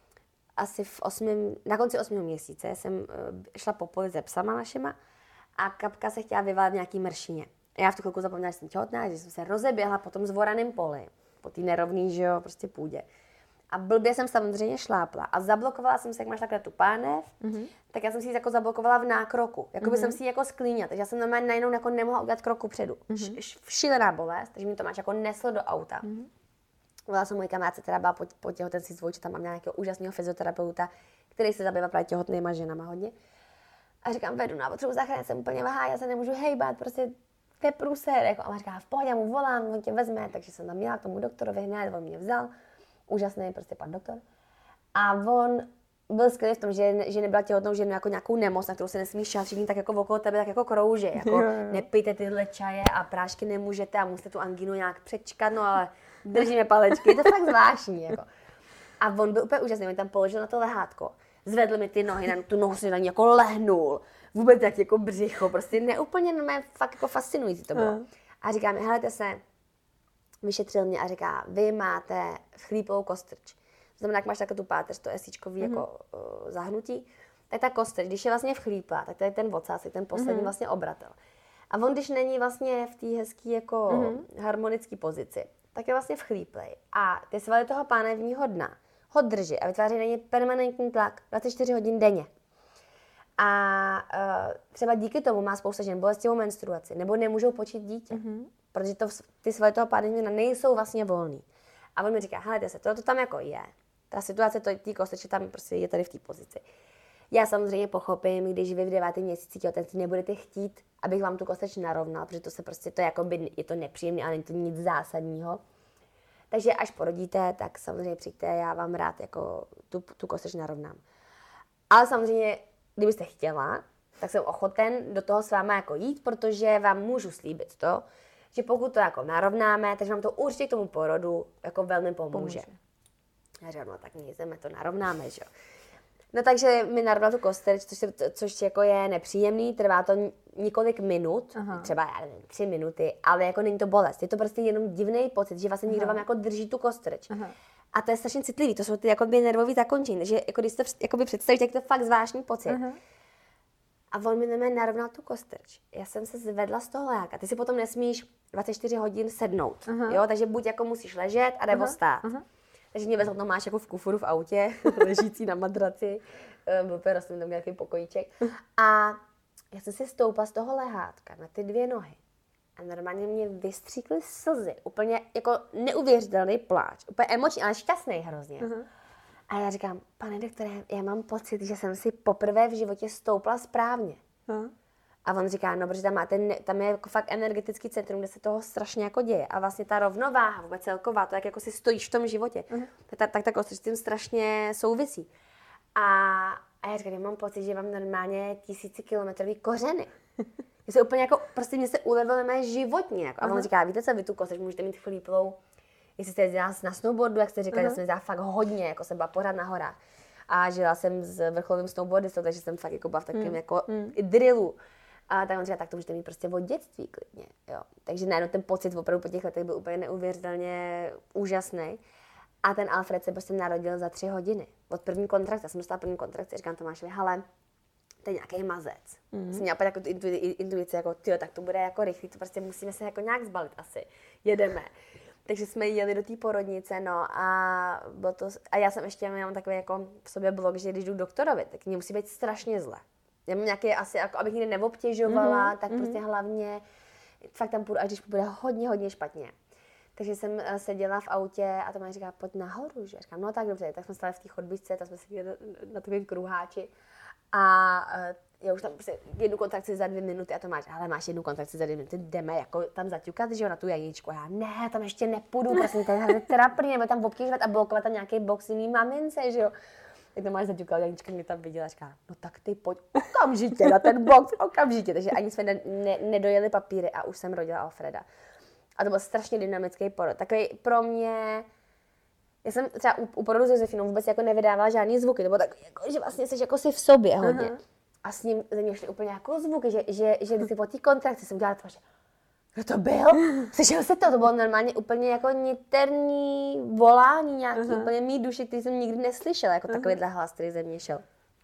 asi v osmém, na konci osmého měsíce jsem uh, šla po poli se psama našima a Kapka se chtěla vyvalit v nějaký mršině. Já v tu chvilku zapomněla, že jsem těhotná, že jsem se rozeběhla po tom zvoraném poli, po té nerovný, že jo, prostě půdě. A blbě jsem samozřejmě šlápla a zablokovala jsem se, jak máš takhle tu pánev, mm-hmm. tak já jsem si ji jako zablokovala v nákroku. Jakoby mm-hmm. jsem si ji jako sklínila, takže já jsem normálně najednou jako nemohla udělat kroku předu. Mm-hmm. Šílená bolest, takže mi to máš jako neslo do auta. Mm-hmm. Volala jsem mojí kamarádce, která byla po, po těhotenství s dvojčatama, mám nějakého úžasného fyzioterapeuta, který se zabývá právě těhotnýma ženama hodně. A říkám, vedu na potřebu zachránit, jsem úplně vahá, já se nemůžu hejbat, prostě to je průser. Jako, a ona říká, v pohodě, já mu volám, on tě vezme, takže jsem tam měla k tomu doktorovi hned, on mě vzal. Úžasný prostě pan doktor. A on byl skvělý v tom, že, že nebyla těhotnou ženu jako nějakou nemoc, na kterou se nesmí šát, všichni tak jako okolo tebe tak jako krouže. Jako jo, jo. Nepijte tyhle čaje a prášky nemůžete a musíte tu anginu nějak přečkat, no ale držíme palečky, je to fakt zvláštní. Jako. A on byl úplně úžasný, on tam položil na to lehátko, zvedl mi ty nohy, na tu nohu si na ní jako lehnul, vůbec tak jako břicho, prostě neúplně, no fakt jako fascinující to bylo. A říká mi, helejte se, vyšetřil mě a říká, vy máte chlípovou kostrč. To znamená, jak máš takhle tu páteř, to esíčkový mm-hmm. jako uh, zahnutí, tak ta kostrč, když je vlastně vchlíplá, tak to je ten ocásek, ten poslední mm-hmm. vlastně obratel. A on, když není vlastně v té hezké jako mm-hmm. harmonické pozici, tak je vlastně vchlíplej. A ty svaly toho pánevního dna ho drží a vytváří na ně permanentní tlak dvacet čtyři hodin denně. A uh, třeba díky tomu má spousta žen bolestivou menstruaci, nebo nemůžou počít dítě. Mm-hmm. Protože to, ty svaly toho pánevního dna nejsou vlastně volný. A on mi říká, helejte se, to tam jako je. Ta situace, to té kostrče tam prostě je tady v té pozici. Já samozřejmě pochopím, když vy v devátém měsíci těhotenství nebudete chtít, abych vám tu kostrč narovnal, protože to se prostě, to je, jakoby, je to nepříjemné, ale není to nic zásadního. Takže až porodíte, tak samozřejmě přijďte, já vám rád jako tu, tu kostrč narovnám. Ale samozřejmě, kdybyste chtěla, tak jsem ochoten do toho s váma jako jít, protože vám můžu slíbit to, že pokud to jako narovnáme, takže vám to určitě k tomu porodu jako velmi pomůže. pomůže. Já říkám, no tak nic, my to narovnáme, že jo. No takže mi narovnal tu kostrč, což, což jako je nepříjemný, trvá to několik minut, Aha. třeba já nevím, tři minuty, ale jako není to bolest, je to prostě jenom divný pocit, že vlastně někdo vám jako drží tu kostrč. Aha. A to je strašně citlivý, to jsou ty jakoby nervový zakončení, takže jako když to jakoby představíte, jak to je fakt zvláštní pocit. Aha. A on mi na narovnal tu kostrč. Já jsem se zvedla z toho lejáka. Ty si potom nesmíš dvacet čtyři hodin sednout, Aha. jo, takže buď jako musíš ležet, a nebo Aha. stát. Aha. Takže mě vezl, to máš jako v kufru v autě, ležící na madraci, byl úplně rostl tam nějaký pokojíček. A já jsem si stoupla z toho lehátka na ty dvě nohy. A normálně mě vystříkly slzy. Úplně jako neuvěřitelný pláč. Úplně emoční, ale šťastný hrozně. Uh-huh. A já říkám, pane doktore, já mám pocit, že jsem si poprvé v životě stoupla správně. Uh-huh. A on říká, no, protože tam, máte, tam je jako fakt energetický centrum, kde se toho strašně jako děje. A vlastně ta rovnováha vůbec celková, to jak jako si stojíš v tom životě, uh-huh. tak, tak ta kostrč s tím strašně souvisí. A, a já říkám, já mám pocit, že mám normálně tisícikilometrový kořeny. Já se úplně jako, prostě mě se ulevilo mé životně. Jako. A on uh-huh. říká, víte co, vy tu kostrč můžete mít chlíplou, jestli jste jezdila na snowboardu, jak jste říkali, uh-huh. já jsem jezdila fakt hodně, jako jsem byla pořád na horách. A žila jsem s vrcholovým snowboardistou, takže jsem fakt jako byla v takovém mm. jako mm. drillu. A tak on říká, tak to můžete mít prostě od dětství klidně, jo. Takže najednou ten pocit opravdu po těch letech byl úplně neuvěřitelně úžasný. A ten Alfred se prostě narodil za tři hodiny. Od první kontrakce, já jsem dostala první kontrakci, říkám Tomášovi, hele, to je nějaký mazec. Mm. Jsem měla opět takovou intuici, jako tyjo, tak to bude jako rychlý, to prostě musíme se jako nějak zbalit asi. Jedeme. Takže jsme jeli do té porodnice, no a bylo to, a já jsem ještě měla takový jako v sobě blok, že když jdu k doktorovi, tak mě musí být strašně zle. Já mám nějaké asi, jako abych nikdy neobtěžovala, mm-hmm. tak mm-hmm. prostě hlavně fakt tam půjdu, až když bude hodně, hodně špatně. takže jsem uh, seděla v autě a Tomáš říká, pojď nahoru, že? Říkám, no tak dobře, tak jsme stáli v té chodbičce, tak jsme seděli na, na takovém kruháči a uh, já už tam prostě jednu kontrakci za dvě minuty a Tomáš, ale máš jednu kontrakci za dvě minuty, jdeme jako tam zaťukat, že jo, na tu Janičku. A já, ne, tam ještě nepůjdu, prostě to je trapný, nebo tam obtěžovat a blokovat tam nějaký box jiný mamince, že jo. Tak Tomáš zaťukal, Janička mě tam viděla a říká, no tak ty pojď okamžitě na ten box, okamžitě. Takže ani jsme ne, ne, nedojeli papíry a už jsem rodila Alfreda. A to byl strašně dynamický porod. Takový pro mě, já jsem třeba u, u porodu s Josefinou vůbec jako nevydávala žádný zvuky, to bylo tak, jako, že vlastně jsi jako si v sobě hodně. Uh-huh. A s ním ze mě šly úplně jako zvuky, že, že, že když si po té kontrakci jsem dělala to, že kdo to byl? Slyšel jsi to? To bylo normálně úplně jako niterní volání nějaký, uh-huh. úplně mý duši, který jsem nikdy neslyšela, jako uh-huh. takovýhle hlas, který ze mě šel.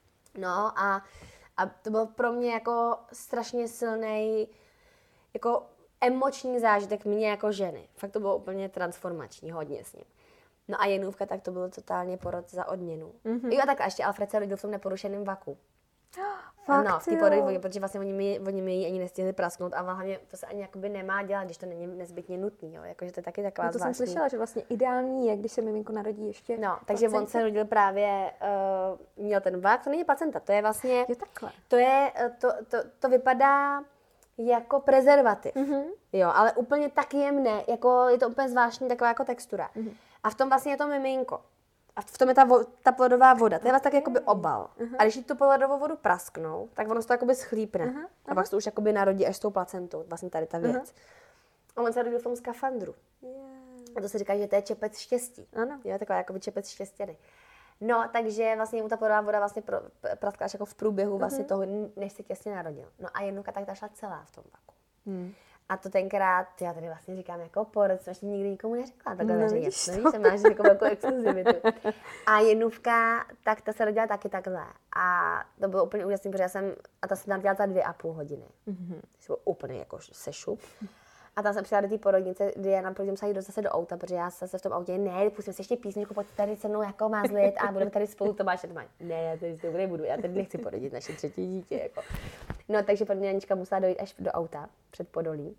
No a, a to byl pro mě jako strašně silný, jako emoční zážitek mě jako ženy. Fakt to bylo úplně transformační, hodně s ním. No a Jenůvka, tak to bylo totálně porod za odměnu. Mm-hmm. Jo a tak a ještě Alfred se rodil v tom neporušeném vaku. Fakt, no, v té porodové, protože vlastně oni mi, oni mi ji ani nestihli prasknout a hlavně to se ani jakoby nemá dělat, když to není nezbytně nutný, jo. Jakože to je taky taková no to zvláštní. jsem slyšela, že vlastně ideální je, když se miminko narodí ještě. No, takže placenta. On se rodil právě, uh, měl ten vak, to není placenta, to je vlastně, jo, takhle. To je, to, to, to vypadá jako prezervativ, mm-hmm. jo, ale úplně tak jemné, jako je to úplně zvláštní taková jako textura. Mm-hmm. A v tom vlastně je to miminko. A v tom je ta, vo, ta plodová voda, to je vlastně tak jakoby obal. Uh-huh. A když jí tu plodovou vodu prasknou, tak ono se to jakoby schlípne. Uh-huh. A pak se to už jakoby narodí až s tou placentou, vlastně tady ta věc. Uh-huh. A on se rodil v tom skafandru. Yeah. A to se říká, že to je čepec štěstí. Ano. Jo, taková jakoby čepec štěstěny. No, takže vlastně mu ta plodová voda vlastně pro, praskla až jako v průběhu vlastně uh-huh. toho, než se těsně narodil. No a Jenůka tak ta šla celá v tom vaku. Hmm. A to tenkrát, já tady vlastně říkám jako porod, jsem ještě nikdy nikomu neřekla, takhle no, veřejně. No víš, že máš jako velkou exkluzivitu. A Jenůvka, tak ta se rodila taky takhle. A to bylo úplně úžasné, protože já jsem, a ta se tam dělala za dvě a půl hodiny. Mm-hmm. To bylo úplně jako sešup. A tam jsem přijela do té porodnice, kdy já nám prodím se jít zase do auta, protože já se v tom autě, ne, pustím si ještě písničku, pojď tady se mnou jako mázlit a budeme tady spolu Tomáš a Tomáš. Ne, já tady s tou nebudu, já tady nechci porodit naše třetí dítě. Jako. No, takže pro mě Anička musela dojít až do auta před Podolí.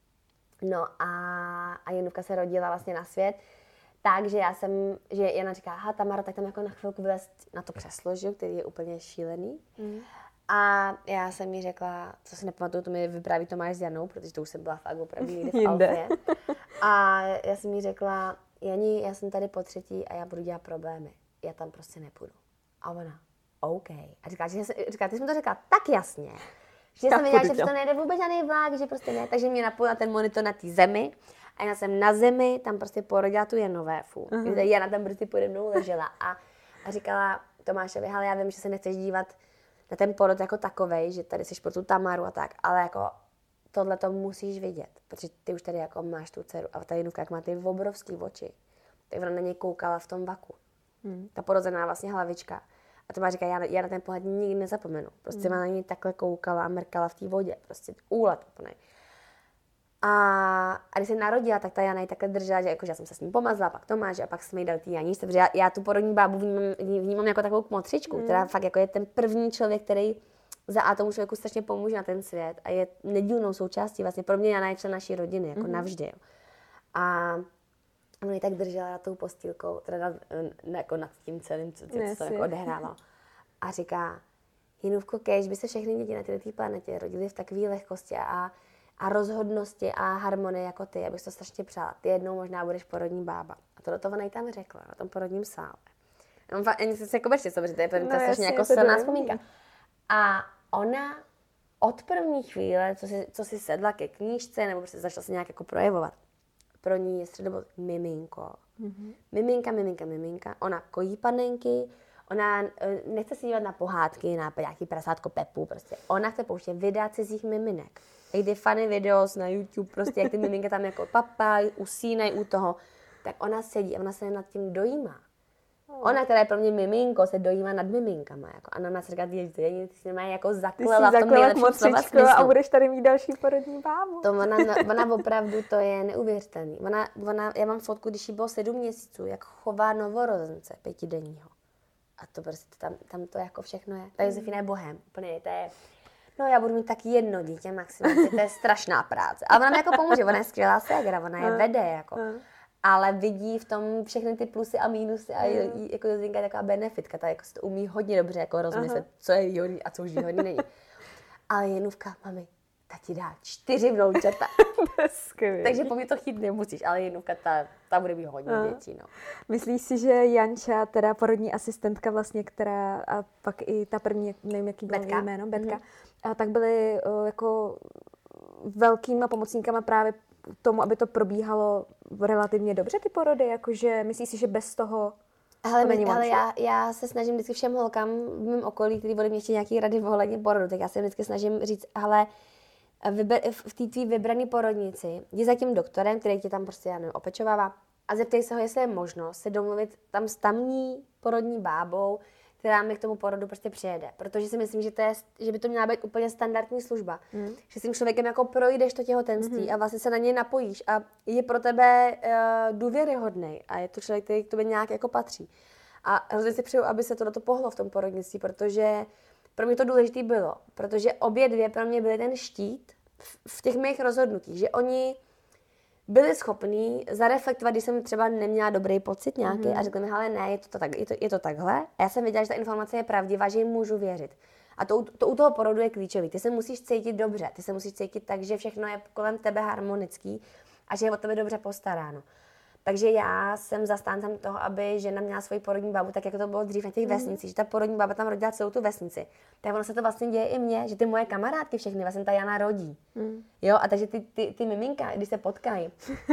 No a, a Jenůvka se rodila vlastně na svět, takže já jsem, že Jana říká, aha, Tamara, tak tam jako na chvilku vylez na to křeslo, že, který je úplně šílený. Mm. A já jsem jí řekla, co si nepamatuju, to mi vypráví Tomáš s Janou, protože to už jsem byla fakt opravdu někde v Alfě. A já jsem jí řekla, Jani, já jsem tady po třetí a já budu dělat problémy. Já tam prostě nepůjdu. A ona, OK. A říká, že jsem, říká, ty jsi mi to řekla tak jasně, že jsem věděla, že to nejde vůbec žádný vlák, že prostě ne. Takže mě napojila ten monitor na té zemi a já jsem na zemi tam prostě porodila tu Janovéfu. Uh-huh. Jana tam prostě pode mnou ležela a, a říkala Tomášovi, hele, já vím, že se nechceš dívat na ten porod jako takovej, že tady jsi pro tu Tamaru a tak, ale jako tohle to musíš vidět, protože ty už tady jako máš tu dceru a ta Jenůvka, jak má ty obrovský oči, tak ona na něj koukala v tom vaku. Hmm. Ta porozená vlastně hlavička. A to má říká, já, já na ten pohled nikdy nezapomenu. Prostě hmm. má na něj takhle koukala a mrkala v té vodě. Prostě úlet úplně. A, a když se narodila, tak ta Jana ji takhle držela, že jakože já jsem se s ním pomazala, pak Tomáš a pak jsme jí dali ty Janíčce, protože já, já tu porodní bábu vnímám, vnímám jako takovou kmotřičku, hmm. která fakt jako je ten první člověk, který za A tomu člověku strašně pomůže na ten svět a je nedílnou součástí. Vlastně pro mě Jana je člen naší rodiny, jako hmm. navždy. Jo. A ona ji tak držela nad tou postýlkou, teda nad, jako nad tím celým, co se to jako odehrávalo. A říká, Jinůvko, kéž by se všechny děti na této planetě rodily v takové lehkosti a, a rozhodnosti a harmonii jako ty, abych to strašně přála. Ty jednou možná budeš porodní bába. A to do toho ona jí tam řekla, na tom porodním sále. Ani se jako bečte, protože to je, to je no, strašně jako silná vzpomínka. A ona od první chvíle, co si, co si sedla ke knížce, nebo prostě začala se nějak jako projevovat, pro ní je středobod miminko. Mm-hmm. Miminka, miminka, miminka. Ona kojí panenky, ona nechce se dívat na pohádky, na nějaký prasátko Pepu, prostě. Ona chce pouštět videa cizích miminek. Jak ty funny videos na YouTube, prostě jak ty miminka tam jako papají, usínají u toho, tak ona sedí a ona se nad tím dojímá. Ona, která je pro mě miminko, se dojímá nad miminkama. Jako. A ona se říká, že ty si nemají jako zaklela v tom nejlepším slova smyslu. A budeš tady mít další porodní bábu. To ona, ona opravdu, to je neuvěřitelný. Ona, ona, já mám fotku, když jí bylo sedm měsíců, jak chová novorozence pětidenního. A to prostě tam, tam to jako všechno je. Ta Josefina je bohem. Úplně to je, no já budu mít tak jedno dítě maximálně, to je strašná práce. Ale ona mi jako pomůže, ona je skvělá ségra, ona je vede jako. ale vidí v tom všechny ty plusy a mínusy a je, jako Jozinka je taková benefitka, ta jako si to umí hodně dobře jako rozmyslet, Aha. co je výhodný a co už výhodný není. Ale Jenůvka, mami, ta ti dá čtyři vnoučata. Takže po mě to chtít nemusíš, ale Jenůvka, ta, ta bude mít hodně Aha. dětí. No. Myslíš si, že Janča, teda porodní asistentka vlastně, která a pak i ta první, nevím, jaký bylo Betka. jméno, Betka, mm-hmm. a tak byly uh, jako velkýma pomocníkama právě tomu, aby to probíhalo relativně dobře, ty porody, jakože myslíš si, že bez toho Hele, to není my, ale já, já se snažím vždycky všem holkám v mém okolí, který bude mě ještě nějaký rady ohledně porodu, tak já se vždycky snažím říct, hele, vyber, v té tvý vybraný porodnici, jdi za tím doktorem, který tě tam prostě, já nevím, opečovává a zeptej se ho, jestli je možnost se domluvit tam s tamní porodní bábou, která mi k tomu porodu prostě přijede. Protože si myslím, že, to je, že by to měla být úplně standardní služba. Mm. Že s tím člověkem jako projdeš to těhotenství mm. a vlastně se na něj napojíš a je pro tebe uh, důvěryhodný a je to člověk, který k tobě nějak jako patří. A hrozně si přeju, aby se to do toho pohlo v tom porodnictví, protože pro mě to důležité bylo. Protože obě dvě pro mě byly ten štít v, v těch mých rozhodnutích, že oni byli schopní zareflektovat, když jsem třeba neměla dobrý pocit nějaký mm-hmm. a řekli mi, hele, ne, je to, tak, je, to, je to takhle. A já jsem věděla, že ta informace je pravdivá, že jim můžu věřit. A to, to u toho porodu je klíčový. Ty se musíš cítit dobře, ty se musíš cítit tak, že všechno je kolem tebe harmonický a že je o tebe dobře postaráno. Takže já jsem zastáncem toho, aby žena měla svoji porodní babu, tak jako to bylo dřív na těch mm. vesnicích, že ta porodní baba tam rodila celou tu vesnici. Tak ono se to vlastně děje i mně, že ty moje kamarádky všechny vlastně ta Jana rodí. Mm. Jo, a takže ty, ty, ty miminka, když se potkají,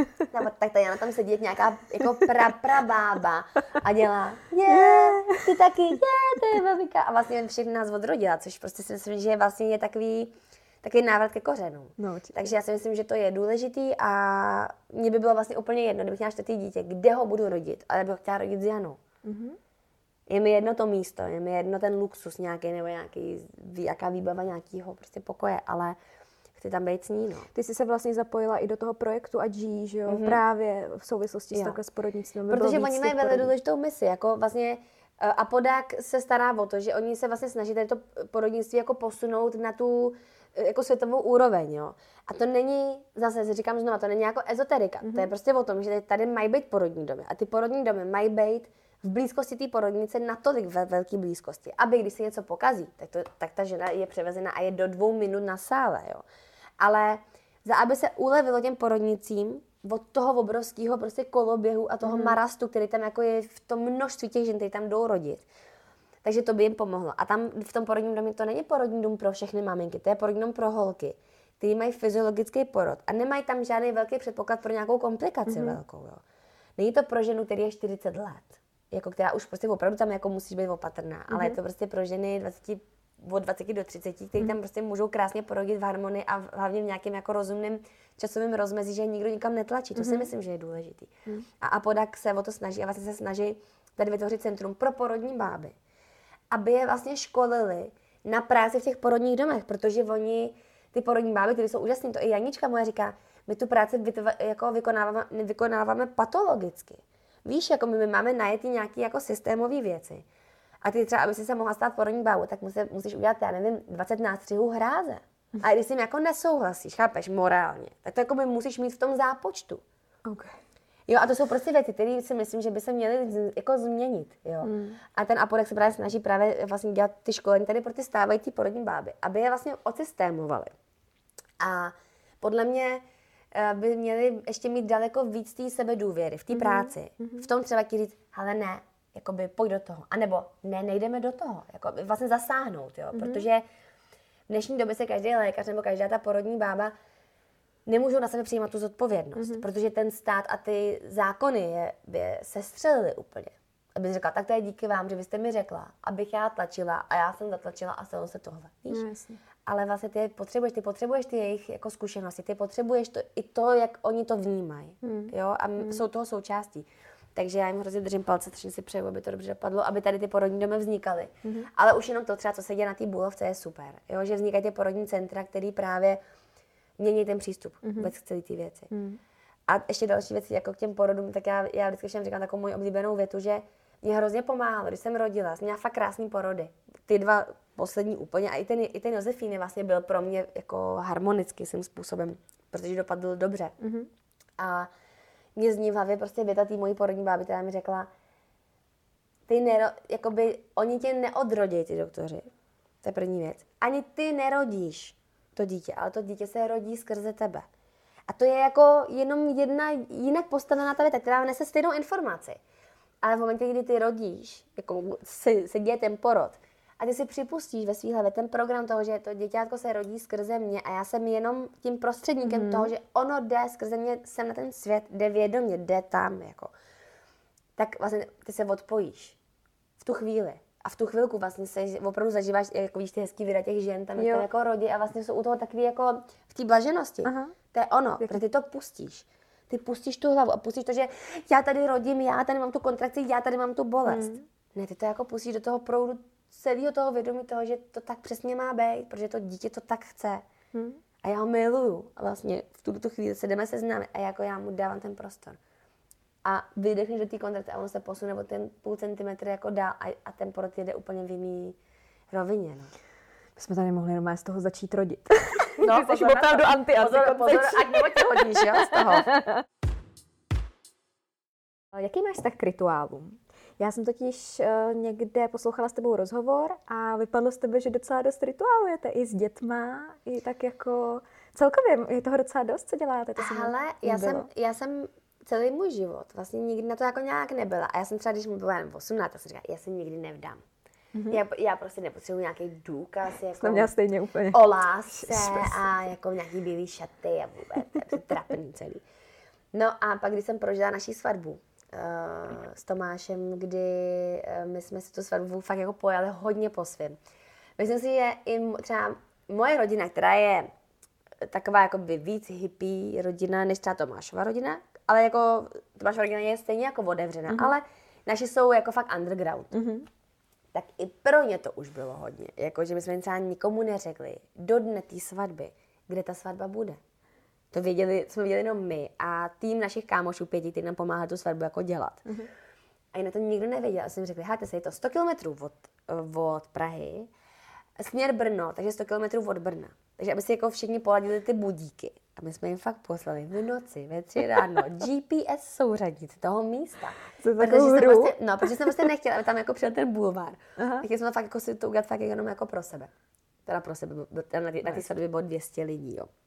tak ta Jana tam sedí jak nějaká jako pra, pra bába a dělá, je, ty taky, je, to je maminka. A vlastně všechny nás odrodila, což prostě si myslím, že vlastně je takový, takový návrat ke kořenům. No, takže já si myslím, že to je důležitý a mně by bylo vlastně úplně jedno, kdybych měla čtvrtý dítě, kde ho budu rodit, ale bych chtěla rodit s Janou. Mm-hmm. Je mi jedno to místo, je mi jedno ten luxus nějaký nebo nějaký, jaká výbava nějakého prostě pokoje, ale chci tam být s ní, no. Ty jsi se vlastně zapojila i do toho projektu A G I, že jo, mm-hmm. právě v souvislosti jo. s takhle s porodnictvím. Protože oni mají velmi důležitou misi, jako vlastně Apodak se stará o to, že oni se vlastně snaží tady to porodnictví jako posunout na tu jako světovou úroveň, jo. A to není, zase říkám znova, to není jako ezoterika. Mm-hmm. To je prostě o tom, že tady mají být porodní domy. A ty porodní domy mají být v blízkosti té porodnice natolik ve velké blízkosti, aby když se něco pokazí, tak, to, tak ta žena je převezena a je do dvou minut na sále, jo. Ale za aby se ulevilo těm porodnicím od toho obrovského prostě koloběhu a toho mm-hmm. marastu, který tam jako je v tom množství těch žen, který tam jdou rodit. Takže to by jim pomohlo. A tam v tom porodním domě to není porodní dům pro všechny maminky, to je porodní dům pro holky, kteří mají fyziologický porod a nemají tam žádný velký předpoklad pro nějakou komplikaci mm-hmm. velkou. Jo. Není to pro ženu, který je čtyřicet let, jako která už prostě opravdu tam jako musí být opatrná, mm-hmm. ale je to prostě pro ženy dvacet, od dvaceti do třiceti, kteří mm-hmm. tam prostě můžou krásně porodit v harmonii a hlavně v nějakém jako rozumném časovém rozmezí, že nikdo nikam netlačí. To mm-hmm. si myslím, že je důležitý. Mm-hmm. A Apodak se o to snaží a vlastně se snaží tady vytvořit centrum pro porodní báby, aby je vlastně školili na práci v těch porodních domech, protože oni, ty porodní báby, které jsou úžasné, to i Janička moje říká, my tu práci vytva, jako vykonáváme, vykonáváme patologicky. Víš, jako my, my máme najetý nějaký jako systémové věci. A ty třeba, aby si se mohla stát porodní bábu, tak musí, musíš udělat, já nevím, dvacet nástřihů hráze. A když s tím jako nesouhlasíš, chápeš, morálně, tak to jako by musíš mít v tom zápočtu. Okay. Jo, a to jsou prostě věci, které si myslím, že by se měly z, jako změnit, jo. Mm. A ten Apodek se právě snaží právě vlastně dělat ty školení tady pro ty stávající porodní báby, aby je vlastně odsystémovali. A podle mě by měli ještě mít daleko víc té sebedůvěry v té mm. práci. Mm. V tom třeba ti říct, ale ne, jakoby pojď do toho. A nebo ne, nejdeme do toho. Jako vlastně zasáhnout, jo. Mm. Protože v dnešní době se každý lékař nebo každá ta porodní bába nemůžou na sebe přijímat tu zodpovědnost, mm-hmm. protože ten stát a ty zákony je, je sestřelily úplně. Abych řekla, tak to je díky vám, že vy jste mi řekla, abych já tlačila a já jsem zatlačila a stalo se tohle. Víš? No, ale vlastně ty potřebuješ, ty potřebuješ ty jejich jako zkušenosti, ty potřebuješ to, i to, jak oni to vnímají. Mm. Jo? A mm. jsou toho součástí. Takže já jim hrozně držím palce, takže si přeju, aby to dobře dopadlo, aby tady ty porodní domy vznikaly. Mm. Ale už jenom to třeba, co se děje na té Bulovce, je super. Jo? Že vznikají ty porodní centra, který právě mění ten přístup mm-hmm. vůbec k celé ty věci. Mm. A ještě další věci, jako k těm porodům, tak já, já vždycky všem říkám takovou moji oblíbenou větu, že mě hrozně pomáhalo, když jsem rodila, jsem měla fakt krásný porody. Ty dva poslední úplně a i ten, i ten Josefíny vlastně byl pro mě jako harmonický svým způsobem, protože dopadl dobře. Mm-hmm. A mě zní v hlavě prostě věta té mojí porodní báby, která mi řekla, ty nero, jakoby, oni tě neodrodí, ty doktoři. To je první věc. Ani ty nerodíš to dítě, ale to dítě se rodí skrze tebe. A to je jako jenom jedna jinak postavená ta věta, která nese stejnou informaci. Ale v momentě, kdy ty rodíš, jako se, se děje ten porod, a ty si připustíš ve svý hlavě ten program toho, že to děťátko se rodí skrze mě a já jsem jenom tím prostředníkem mm. toho, že ono jde skrze mě sem na ten svět, jde vědomě, jde tam, jako. Tak vlastně ty se odpojíš v tu chvíli. A v tu chvilku vlastně se opravdu zažíváš, jako víš, ty hezký videa těch žen, tam je to jako rodí a vlastně jsou u toho takový jako v té blaženosti. Aha. To je ono, protože ty to pustíš. Ty pustíš tu hlavu a pustíš to, že já tady rodím, já tady mám tu kontrakci, já tady mám tu bolest. Mm. Ne, ty to jako pustíš do toho proudu celého toho vědomí toho, že to tak přesně má být, protože to dítě to tak chce. Mm. A já ho miluju. A vlastně v tuto chvíli se jdeme seznámit a jako já mu dávám ten prostor. A vydechneš do té kontrakce a ono se posune o ten půl centimetr jako dál a, a ten porod jede úplně v jiný rovině. No. My jsme tady mohli jenom z toho začít rodit. No, ty jsi opravdu anti Pozor, pozor, ať nebo tě hodíš, jo, z toho. Jaký máš vztah k rituálům? Já jsem totiž uh, někde poslouchala s tebou rozhovor a vypadlo z tebe, že docela dost rituálujete i s dětma, i tak jako celkově je toho docela dost, co děláte. To Ale já jsem, já jsem celý můj život vlastně nikdy na to jako nějak nebyla. A já jsem třeba, když mi bylo jen osmnáct, tak jsem říkala, já se nikdy nevdám. Mm-hmm. Já, já prostě nepotřebuji nějaký důkaz jako jsem měla stejně úplně. O lásce a jako nějaký bílý šaty a vůbec, to je trapný celý. No a pak, když jsem prožila naší svatbu uh, s Tomášem, kdy uh, my jsme si tu svatbu fakt jako pojali hodně po svém. Myslím si, že i třeba moje rodina, která je taková jako by víc hippie rodina, než třeba Tomášova rodina, ale jako Tomášova rodina je stejně jako otevřená, mm-hmm. ale naši jsou jako fakt underground. Mm-hmm. Tak i pro ně to už bylo hodně. Jako, že my jsme třeba nikomu neřekli do dne té svatby, kde ta svatba bude. To věděli, jsme věděli jenom my a tým našich kámošů pěti, kteří nám pomáhali tu svatbu jako dělat. Mm-hmm. A jinak to nikdo nevěděl. A jsme jim řekli, háte se, je to sto kilometrů od, od Prahy, směr Brno, takže sto kilometrů od Brna. Takže aby si jako všichni poladili ty budíky. A my jsme jim fakt poslali v noci, ve tři ráno, G P S souřadnici toho místa. Co takovou hru? Prostě, no, protože jsem prostě nechtěla, aby tam jako přijel ten bulvár. Chtěli jsme to fakt jako si to udělat fakt jenom jako pro sebe. Teda pro sebe, na té na svatbě bylo dvě stě lidí, jo.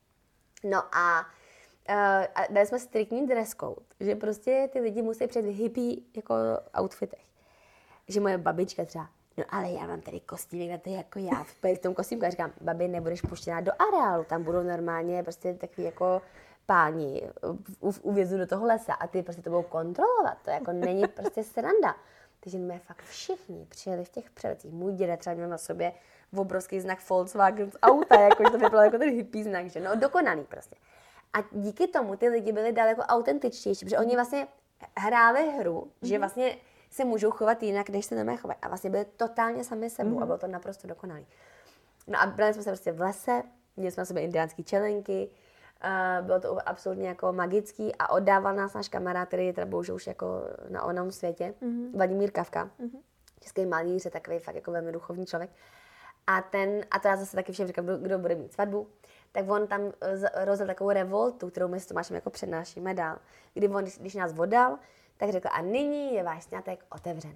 No a, uh, a dali jsme striktní dress code, že prostě ty lidi musí přijít v hippie jako outfitech. Že moje babička třeba, no ale já mám tady kostýmek na to jako já, v tom kostýmku a říkám, babi, nebudeš puštěná do areálu, tam budou normálně prostě takový jako páni uvězu do toho lesa a ty prostě to budou kontrolovat, to jako není prostě sranda. Takže my fakt všichni přijeli v těch přeletích. Můj děda třeba měl na sobě obrovský znak Volkswagen z auta, jako to vypadalo jako ten hippie znak, že no, dokonaný prostě. A díky tomu ty lidi byli daleko autentičtější, protože oni vlastně hráli hru, mm-hmm. že vlastně se můžou chovat jinak, než se na mě chovají. A vlastně byli totálně sami sebou mm-hmm. a bylo to naprosto dokonalý. No a byli jsme se prostě v lese, měli jsme na sobě indiánský čelenky, uh, bylo to absolutně jako magický a oddával nás náš kamarád, který je teda bohužel už jako na onom světě, mm-hmm. Vladimír Kavka, mm-hmm. český malíř, je takový fakt jako velmi duchovní člověk. A ten, a to já zase taky všem říkám, kdo, kdo bude mít svatbu, tak on tam rozjel takovou revoltu, kterou my s Tomášem jako přednášíme dál. Kdy on, když, když nás vodal, tak řekl, a nyní je váš sňatek otevřen.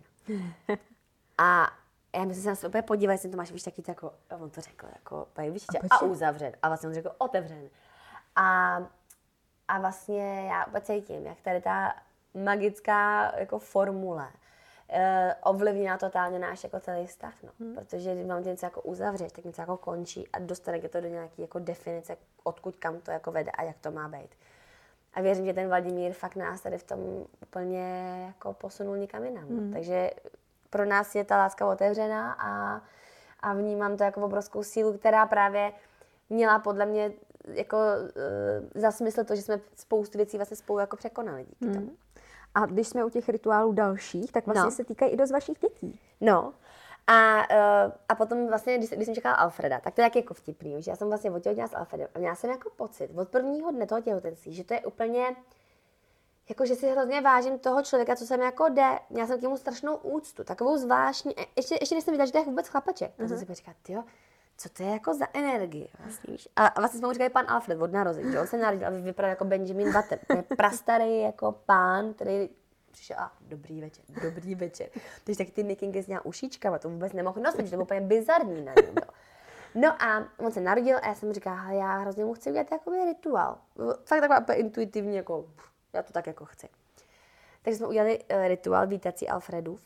A já myslím, že se nás úplně podíval, jestli Tomáš, víš, taky jako, on to řekl, jako, víš, a, a uzavřen. A vlastně on řekl, otevřen. A, a vlastně já úplně cítím, jak tady ta magická jako formule Uh, ovlivnila totálně náš jako celý stav, no. Hmm. Protože když mám něco jako uzavřeš, tak něco jako končí a dostane to do nějaké jako definice, odkud kam to jako vede a jak to má být. A věřím, že ten Vladimír fakt nás tady v tom úplně jako posunul někam jinam. Hmm. No. Takže pro nás je ta láska otevřená a, a vnímám to jako obrovskou sílu, která právě měla podle mě jako uh, za smysl to, že jsme spoustu věcí vlastně spolu jako překonali díky hmm. tomu. A když jsme u těch rituálů dalších, tak vlastně no. se týkají i dost vašich dětí. No. A, uh, a potom vlastně, když, když jsem čekala Alfreda, tak to je jak jako vtipný, že já jsem vlastně otěhotněla s Alfredem a měla jsem jako pocit od prvního dne toho těhotenství, že to je úplně, jako že si hrozně vážím toho člověka, co jsem jako jde, měla jsem k němu strašnou úctu, takovou zvláštní, ještě, ještě než jsem viděla, že to je vůbec chlapaček, tak uh-huh. jsem si říkala, tyjo, co to je jako za energii vlastně, víš? A, a vlastně jsme mu říkali pan Alfred od narození, že on se narodil a vypadal jako Benjamin Button. To je prastarý jako pán, který přišel a dobrý večer, dobrý večer. Takže taky ty mikinky s nějak ušičkama, to vůbec nemohl nosit, že to bylo úplně bizarní na něm. No a on se narodil a já jsem mu říkala, já hrozně mu chci udělat jakoby rituál. Fakt taková intuitivně, jako já to tak jako chci. Takže jsme udělali uh, rituál vítací Alfredův.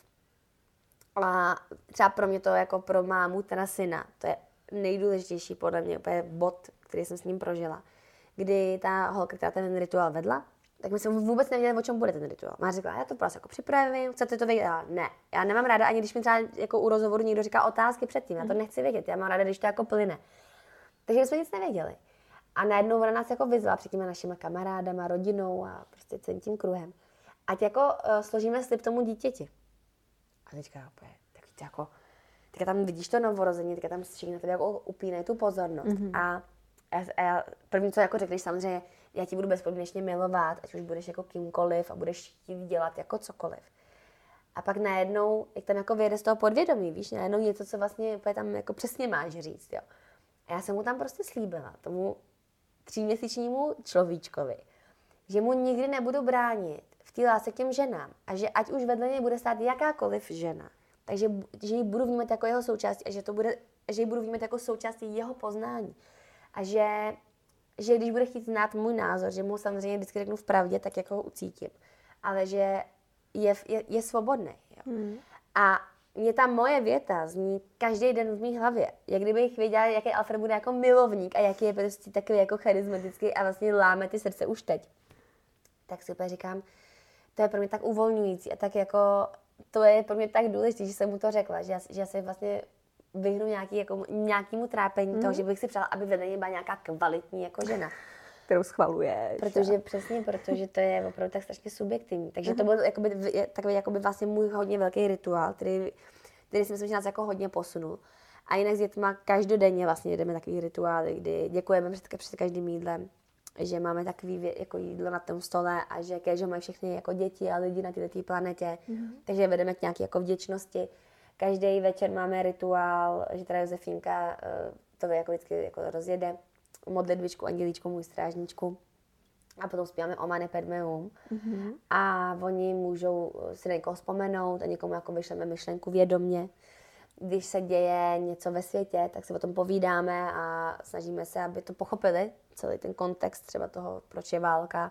A třeba pro mě to jako pro mámu, teda syna, to je nejdůležitější podle mě, úplně bod, který jsem s ním prožila. Kdy ta holka, která ten rituál vedla, tak my jsme vůbec nevěděli, o čem bude ten rituál. Má řekla, já to prostě jako připravím, chcete to vědět? Já, ne, já nemám ráda, ani když mi třeba jako u rozhovoru někdo říká otázky předtím, já to nechci vědět, já mám ráda, když to jako plyne. Takže jsme nic nevěděli. A najednou ona nás jako vyzvala před těmi našimi kamarádama, rodinou a prostě celým tím kruhem. Ať jako uh, složíme slib tomu dítěti. A teďka opět, tak víte, jako, teďka tam vidíš to novorození, teďka tam všichni na tebe jako upínají tu pozornost. Mm-hmm. A, a, a první, co jako řekneš, samozřejmě, já ti budu bezpodmínečně milovat, ať už budeš jako kýmkoliv a budeš chtít dělat jako cokoliv. A pak najednou, jak tam jako vyjede z toho podvědomí, víš, najednou něco, co vlastně tam jako přesně máš říct, jo. A já jsem mu tam prostě slíbila, tomu tříměsíčnímu človíčkovi, že mu nikdy nebudu bránit v té lásce k těm ženám a že ať už vedle něj bude stát jakákoliv žena, takže že ji budu vnímat jako jeho součástí a že, to bude, že ji budu vnímat jako součástí jeho poznání. A že, že když bude chtít znát můj názor, že mu samozřejmě vždycky řeknu v pravdě, tak jako ho ucítím, ale že je, je, je svobodný. Jo. Hmm. A mě ta moje věta zní každý den v mý hlavě. Jak kdybych věděla, jaký Alfred bude jako milovník a jaký je prostě takový jako charismatický a vlastně láme ty srdce už teď. Tak si úplně říkám, to je pro mě tak uvolňující a tak jako, to je pro mě tak důležité, že jsem mu to řekla, že já, že já se vlastně vyhnu nějaký, jako, nějakému trápení mm. toho, že bych si přála, aby vedle něj byla nějaká kvalitní jako žena. Kterou schvaluješ. Protože a... přesně, protože to je opravdu tak strašně subjektivní. Takže mm. to byl jakoby, takový jakoby vlastně můj hodně velký rituál, který, který si myslím, že nás jako hodně posunul. A jinak s dětma každodenně vlastně jedeme takový rituály, kdy děkujeme před, před každým jídlem, že máme takový jako jídlo na tom stole a že keďže mají všechny jako děti a lidi na této planetě, mm. takže vedeme k nějaké jako vděčnosti. Každý večer máme rituál, že teda Josefínka to jako vždycky jako rozjede, modlitbičku, andělíčku, můj strážníčku. A potom zpíváme O Mane Padme Hum. Mm-hmm. A oni můžou si na někoho vzpomenout a někomu jako vyšleme myšlenku vědomě. Když se děje něco ve světě, tak si o tom povídáme a snažíme se, aby to pochopili, celý ten kontext třeba toho, proč je válka.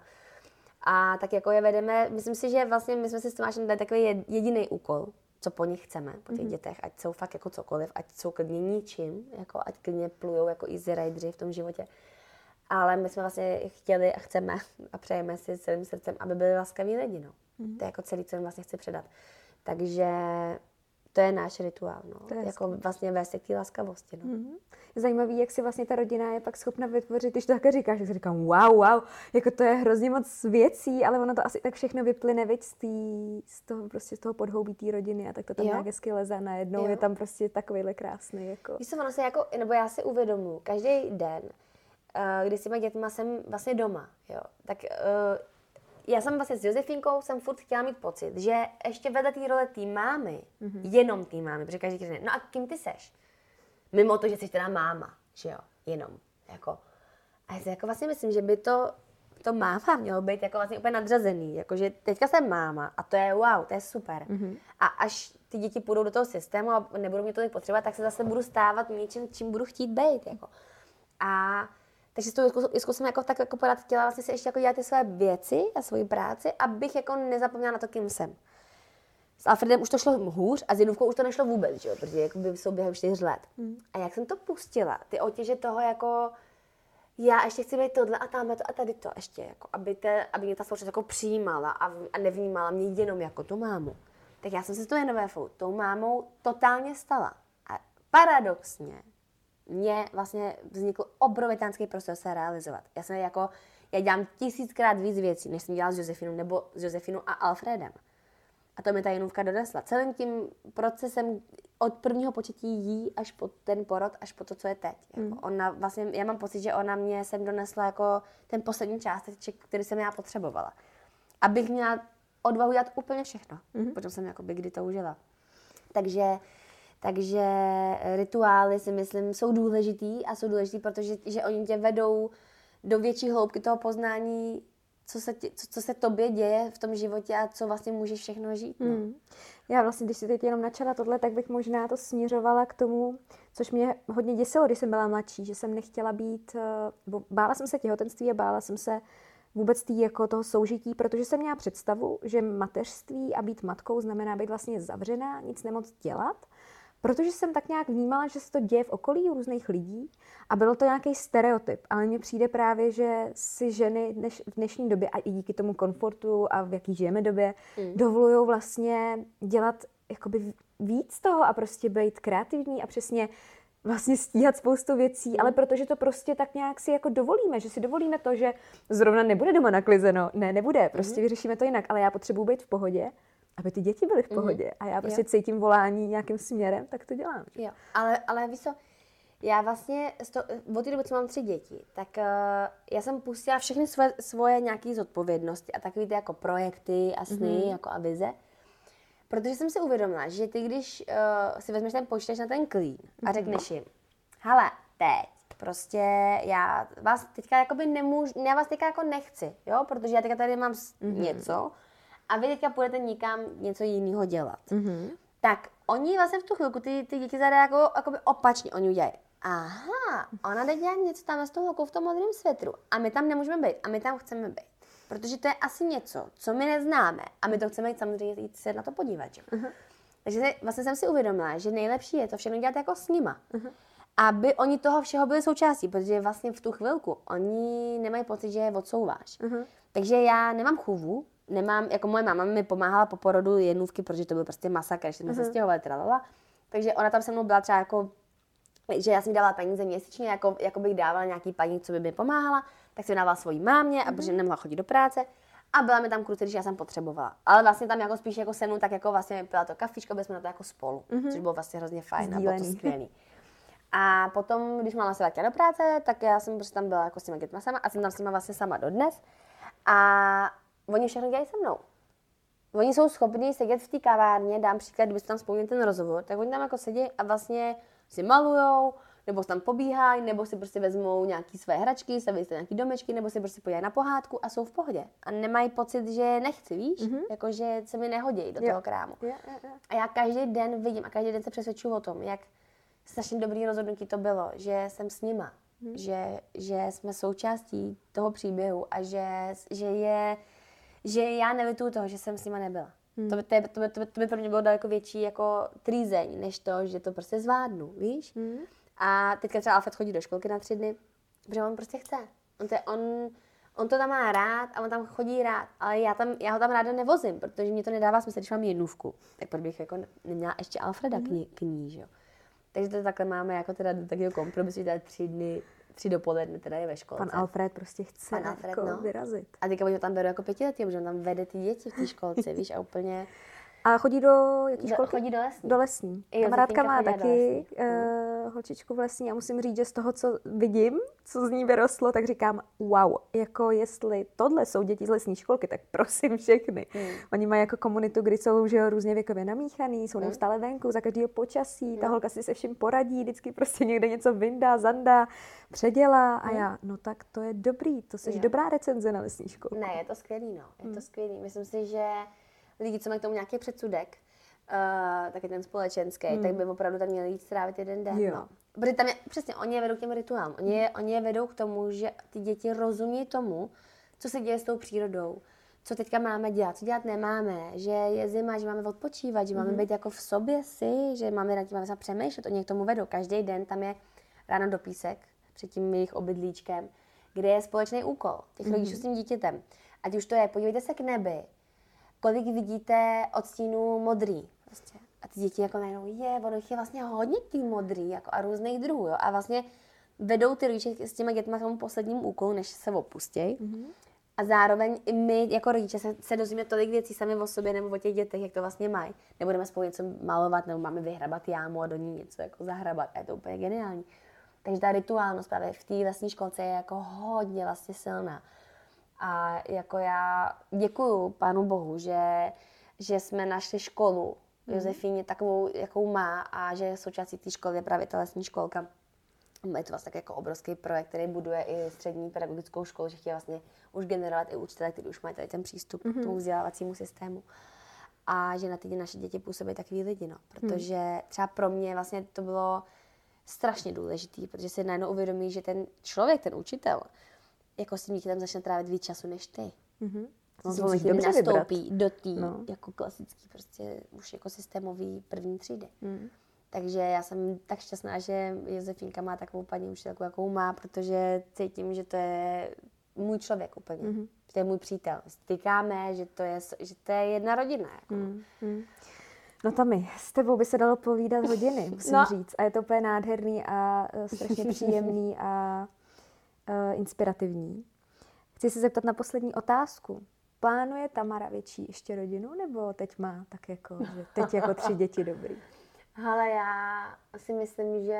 A tak jako je vedeme, myslím si, že vlastně my jsme si s Tomášem dali takový jediný úkol, co po nich chceme, po těch mm-hmm. dětech, ať jsou fakt jako cokoliv, ať jsou klidně ničím, jako ať klidně plujou jako easy rideři v tom životě. Ale my jsme vlastně chtěli a chceme a přejeme si celým srdcem, aby byli laskaví lidi, no. Mm-hmm. To je jako celý, co jim vlastně chci předat. Takže to je náš rituál, no. Jako vlastně vést se k té laskavosti, no. Mm-hmm. Zajímavý, jak si vlastně ta rodina je pak schopna vytvořit, když to také říkáš, že si říkám wow, wow, jako to je hrozně moc věcí, ale ono to asi tak všechno vyplyne, viď, z, tý, z toho prostě z toho podhoubí té rodiny a tak to tam nějak hezky leze a najednou jo. Je tam prostě takovýhle krásný, jako. Víš co, ono se jako, nebo já si uvědomuji, každý den, když s těma dětma jsem vlastně doma, jo, tak uh, já jsem vlastně s Josefínkou jsem furt chtěla mít pocit, že ještě vedle té role té mámy, mm-hmm. jenom té mámy, protože každý říká, no a kým ty seš? Mimo to, že jsi teda máma, že jo, jenom, jako. A já si jako vlastně myslím, že by to, to máma mělo být jako vlastně úplně nadřazený, jakože teďka jsem máma a to je wow, to je super. Mm-hmm. A až ty děti půjdou do toho systému a nebudou mě tolik potřebovat, tak se zase budu stávat něčím, čím budu chtít být, jako. A takže to zkusím jako tak jako podat, chtěla vlastně si ještě jako dělat ty své věci a svoji práci, abych jako nezapomněla na to, kým jsem. S Alfredem už to šlo hůř a s Jinůvkou už to nešlo vůbec, že jo, protože jako by jsou během čtyř let. Mm. A jak jsem to pustila, ty otěže toho jako, já ještě chci být tohle a tamhle to a tady to ještě, jako, aby, te, aby mě ta společnost jako přijímala a, a nevnímala mě jenom jako tu mámu. Tak já jsem se s tou Jenovéfou, tou mámou totálně stala. A paradoxně mně vlastně vznikl obrovitánský prostor se realizovat. Já jsem jako, já dělám tisíckrát víc věcí, než jsem dělala s Josefinou nebo s Josefinou a Alfredem. A to mi ta Jinůvka donesla. Celým tím procesem od prvního početí jí až po ten porod, až po to, co je teď. Jako mm. ona vlastně, já mám pocit, že ona mě sem donesla jako ten poslední částeček, který jsem já potřebovala. Abych měla odvahu dělat úplně všechno. Mm. Potom jsem jakoby kdy to užila. Takže Takže rituály si myslím jsou důležitý a jsou důležitý, protože že oni tě vedou do větší hloubky toho poznání, co se, tě, co, co se tobě děje v tom životě a co vlastně můžeš všechno žít. No. Hmm. Já vlastně, když si teď jenom načala tohle, tak bych možná to směřovala k tomu, což mě hodně děsilo, když jsem byla mladší, že jsem nechtěla být, bo bála jsem se těhotenství a bála jsem se vůbec tý, jako toho soužití, protože jsem měla představu, že mateřství a být matkou znamená být vlastně zavřená, nic nemoc dělat, protože jsem tak nějak vnímala, že se to děje v okolí u různých lidí a bylo to nějaký stereotyp, ale mně přijde právě, že si ženy dneš, v dnešní době a i díky tomu komfortu a v jaký žijeme době mm. dovolují vlastně dělat jakoby víc toho a prostě být kreativní a přesně vlastně stíhat spoustu věcí, mm. ale protože to prostě tak nějak si jako dovolíme, že si dovolíme to, že zrovna nebude doma naklizeno, ne, nebude, prostě mm. vyřešíme to jinak, ale já potřebuji být v pohodě, aby ty děti byly v pohodě mm. a já prostě jo. cítím volání nějakým směrem, tak to dělám. Jo, ale, ale víš co, já vlastně sto, od té doby, co mám tři děti, tak uh, já jsem pustila všechny svoje, svoje nějaké zodpovědnosti a takové ty jako projekty a sny mm. jako a vize, protože jsem si uvědomila, že ty, když uh, si vezmeš ten počítač na ten klín a řekneš jim, hele, teď, prostě já vás teďka jakoby nemůžu, já vás teďka jako nechci, jo, protože já teďka tady mám mm. něco, a vy teďka půjdete někam něco jiného dělat. Mm-hmm. Tak oni vlastně v tu chvilku, ty, ty děti zadají jako, jakoby opačně, oni udělají. Aha, ona jde dělat něco tam s tou holkou v tom modrém svetru a my tam nemůžeme být a my tam chceme být. Protože to je asi něco, co my neznáme a my to chceme jít samozřejmě jít se na to podívat. Mm-hmm. Takže vlastně jsem si uvědomila, že nejlepší je to všechno dělat jako s nima. Mm-hmm. Aby oni toho všeho byli součástí, protože vlastně v tu chvilku oni nemají pocit, že je odsouváš. Mm-hmm. Takže já nemám chůvu, nemám, jako moje máma mi pomáhala po porodu jednůvky, protože to byl prostě masakr, že jsme uh-huh. se stěhovali, tralala. Takže ona tam se mnou byla třeba jako, že já jsem jí dávala peníze měsíčně, jako, jako bych dávala nějaký paní, co by mi pomáhala, tak jsem dávala svojí mámě, uh-huh. a protože nemohla chodit do práce. A byla mi tam kruce, když já jsem potřebovala. Ale vlastně tam jako spíš jako se mnou, tak jako vlastně pila to kafičko, byli jsme na to jako spolu, uh-huh. což bylo vlastně hrozně fajn a bylo to skvělý. A potom, když máma se vrátila do práce, tak já jsem prostě tam byla jako s těma dětma sama a jsem tam s nima vlastně sama dodnes. A oni všechno dělají se mnou. Oni jsou schopní sedět v té kavárně, dám příklad, kdybyste tam spojili ten rozhovor, tak oni tam jako sedí a vlastně si malujou, nebo si tam pobíhají, nebo si prostě vezmou nějaký své hračky, staví si nějaký domečky, nebo si prostě podívají na pohádku a jsou v pohodě. A nemají pocit, že nechci, víš? Mm-hmm. Jako, že se mi nehodí do jo. toho krámu. Jo, jo, jo. A já každý den vidím a každý den se přesvědčuju o tom, jak strašně dobrý rozhodnutí to bylo, že jsem s nima, mm. že, že jsme součástí toho příběhu a že, že je že já nelituju toho, že jsem s nima nebyla. Hmm. To, by, to, by, to, by, to, by, to by pro mě bylo daleko větší jako trýzeň, než to, že to prostě zvládnu, víš? Hmm. A teďka třeba Alfred chodí do školky na tři dny, protože on prostě chce. On, to, on, on to tam má rád a on tam chodí rád, ale já, tam, já ho tam ráda nevozím, protože mě to nedává smysl, když mám jednůvku. Tak proč bych jako neměla ještě Alfreda hmm. k ní, že jo? Takže to takhle máme jako teda do takového kompromisu, že teda tři dny, tři dopoledne teda je ve školce. Pan Alfred prostě chce Pan Alfred, jako no. vyrazit. A teďka ho tam beru jako pětiletý, protože on tam vede ty děti v té školce, víš, a úplně... A chodí do jaký školky? Do, chodí do lesní. Do lesní. Kamarádka má taky uh, holčičku v lesní a musím říct, že z toho, co vidím, co z ní vyrostlo, tak říkám, wow, jako jestli tohle jsou děti z lesní školky, tak prosím všechny. Hmm. Oni mají jako komunitu, kdy jsou že jo, různě věkově namíchaný, jsou hmm. neustále venku, za každého počasí, hmm. ta holka si se vším poradí, vždycky prostě někde něco vyndá, zandá, předělá a hmm. já, no tak to je dobrý, to jsi dobrá recenze na lesní školku. Ne, je to skvělý, no, je hmm. to skvělý. Myslím si, že lidi, co mají k tomu nějaký předsudek, uh, taky ten společenský, hmm. tak by opravdu tam měli jít strávit jeden den. Jo. No. Protože tam je, přesně, oni je vedou k těm rituálům. Oni je, oni je vedou k tomu, že ty děti rozumí tomu, co se děje s tou přírodou, co teďka máme dělat, co dělat nemáme, že je zima, že máme odpočívat, že máme hmm. být jako v sobě si, že máme nad tím máme se přemýšlet, oni k tomu vedou. Každý den tam je ráno do písek, před tím jejich obydlíčkem, kde je společný úkol těch rodičů hmm. s tím dítětem. Ať už to je, podívejte se k nebi, kolik vidíte odstínů modrý. Prostě. A ty děti jako najednou, je, ono je vlastně hodně tý modrý jako a různých druhů. Jo? A vlastně vedou ty rodiče s těma dětma k tomu posledním úkolu, než se opustějí. Mm-hmm. A zároveň i my jako rodiče se, se dozvíme tolik věcí sami o sobě nebo o těch dětech, jak to vlastně mají. Nebudeme spolu něco malovat, nebo máme vyhrabat jámu a do ní něco jako zahrabat. A je to úplně geniální. Takže ta rituálnost právě v té lesní školce je jako hodně vlastně silná. A jako já děkuju Pánu Bohu, že, že jsme našli školu, Josefíně takovou, jakou má a že součástí té školy je právě ta lesní školka. Je to vlastně jako obrovský projekt, který buduje i střední pedagogickou školu, že chtějí vlastně už generovat i učitele, kteří už mají tady ten přístup mm-hmm. k tomu vzdělávacímu systému. A že na ty naše děti působí takový lidi, no. Protože mm. třeba pro mě vlastně to bylo strašně důležitý, protože si najednou uvědomí, že ten člověk, ten učitel, jako s tím dítětem začne trávit víc času než ty. Mm-hmm. On z momentu, kdy nastoupí vybrat. do té no. jako klasický, prostě už jako systémový první třídy. Mm. Takže já jsem tak šťastná, že Josefínka má takovou paní učitelku, jakou má, protože cítím, že to je můj člověk úplně. Mm-hmm. Že to je můj přítel. Stýkáme, že to je, že to je jedna rodina. Jako. Mm-hmm. No Tami, s tebou by se dalo povídat hodiny, musím no. říct. A je to úplně nádherný a uh, strašně příjemný a uh, inspirativní. Chci se zeptat na poslední otázku. Plánuje Tamara větší ještě rodinu, nebo teď má tak jako, že teď jako tři děti dobrý? Hele, já si myslím, že,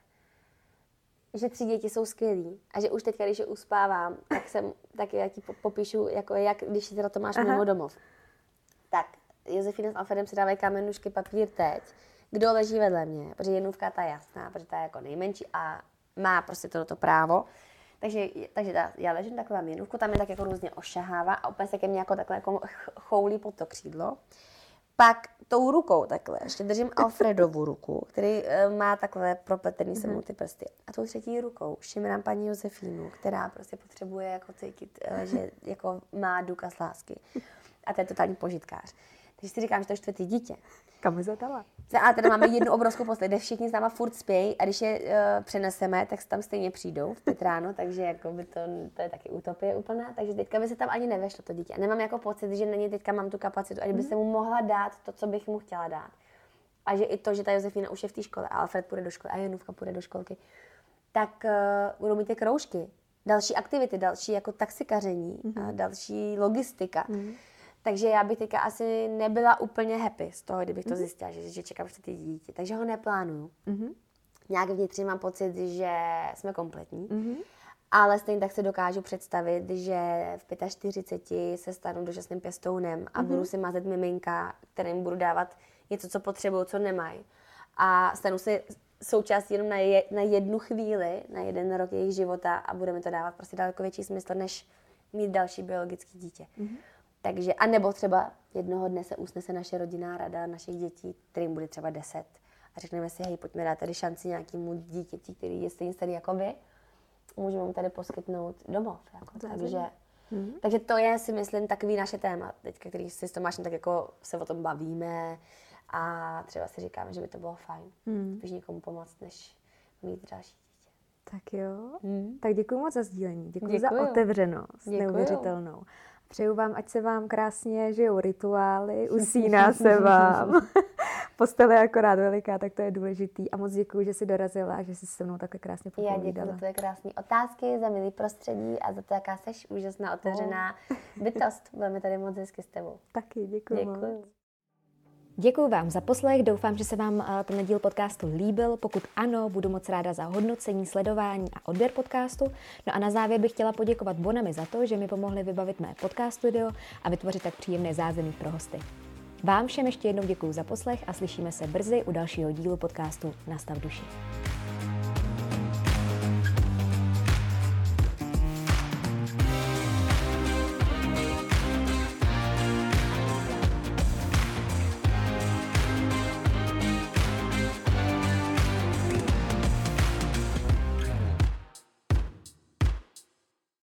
že tři děti jsou skvělý a že už teď, když je uspávám, tak, jsem, tak já ti popíšu, jako jak, když teda to máš mimo domov. Tak, Josefína s Alfredem si dávají kamenušky, papír teď. Kdo leží vedle mě? Protože Jenůvka ta je jasná, protože ta je jako nejmenší a má prostě toto právo. Takže, takže ta, já ležím takhle mám Jenůvku, tam je tak jako různě ošahává a úplně se ke mně jako takhle jako choulí pod to křídlo. Pak tou rukou takhle, ještě držím Alfredovu ruku, který uh, má takhle propletený se mu ty prsty. A tou třetí rukou šimrám paní Josefínu, která prostě potřebuje jako cítit, uh, že jako má důkaz lásky. A to je totální požitkář. Takže si říkám, že to je čtvrtý dítě. Kam mi zadala? A tady máme jednu obrovskou postel, kde všichni s náma furt spějí a když je uh, přeneseme, tak tam stejně přijdou v pět ráno, takže jako by to, to je taky utopie úplná, takže teďka by se tam ani nevešlo to dítě. A nemám jako pocit, že na ně teďka mám tu kapacitu, ať by se mu mohla dát to, co bych mu chtěla dát. A že i to, že ta Josefína už je v té škole a Alfred půjde do školy a Janůvka půjde do školky, tak uh, budou mít ty kroužky, další aktivity, další jako taxikaření mm-hmm. a další logistika. Mm-hmm. Takže já bych teďka asi nebyla úplně happy z toho, kdybych to zjistila, že, že čekám čtvrtý dítě. Takže ho neplánuju. Mm-hmm. Nějak vnitřně mám pocit, že jsme kompletní. Mm-hmm. Ale stejně tak si dokážu představit, že v čtyřiceti pěti se stanu dočasným pěstounem a mm-hmm. budu si mazet miminka, kterým budu dávat něco, co potřebuju, co nemají. A stanu si součástí jenom na, je, na jednu chvíli, na jeden rok jejich života a budeme to dávat prostě daleko větší smysl, než mít další biologické dítě. Mm-hmm. Takže, a nebo třeba jednoho dne se usnese naše rodinná rada našich dětí, kterým bude třeba deset. A řekneme si, hej, pojďme dát tady šanci nějakému dítěti, který je stejně starý jako vy. Můžeme mu tady poskytnout domov. Jako, takže, mm-hmm. takže to je, si myslím, takový naše téma, teďka, který si s Tomášem tak jako se o tom bavíme a třeba si říkáme, že by to bylo fajn, mm. když někomu pomoct, než mít další dítě. Tak jo, mm. tak děkuji moc za sdílení, děkuji, děkuji. za otevřenost, děkuji. Neuvěřitelnou. Přeju vám, ať se vám krásně žijou rituály, usíná se vám. Postele je akorát veliká, tak to je důležitý. A moc děkuji, že jsi dorazila a že jsi se mnou takhle krásně popovídala. Já děkuji za tvoje krásné otázky, za milý prostředí a za to, jaká jsi úžasná, otevřená bytost. Budeme tady moc hezky s tebou. Taky, děkuji. Děkuji. Děkuji vám za poslech, doufám, že se vám ten díl podcastu líbil. Pokud ano, budu moc ráda za hodnocení, sledování a odběr podcastu. No a na závěr bych chtěla poděkovat Bonami za to, že mi pomohli vybavit mé podcast studio a vytvořit tak příjemné zázemí pro hosty. Vám všem ještě jednou děkuji za poslech a slyšíme se brzy u dalšího dílu podcastu Nastav duši.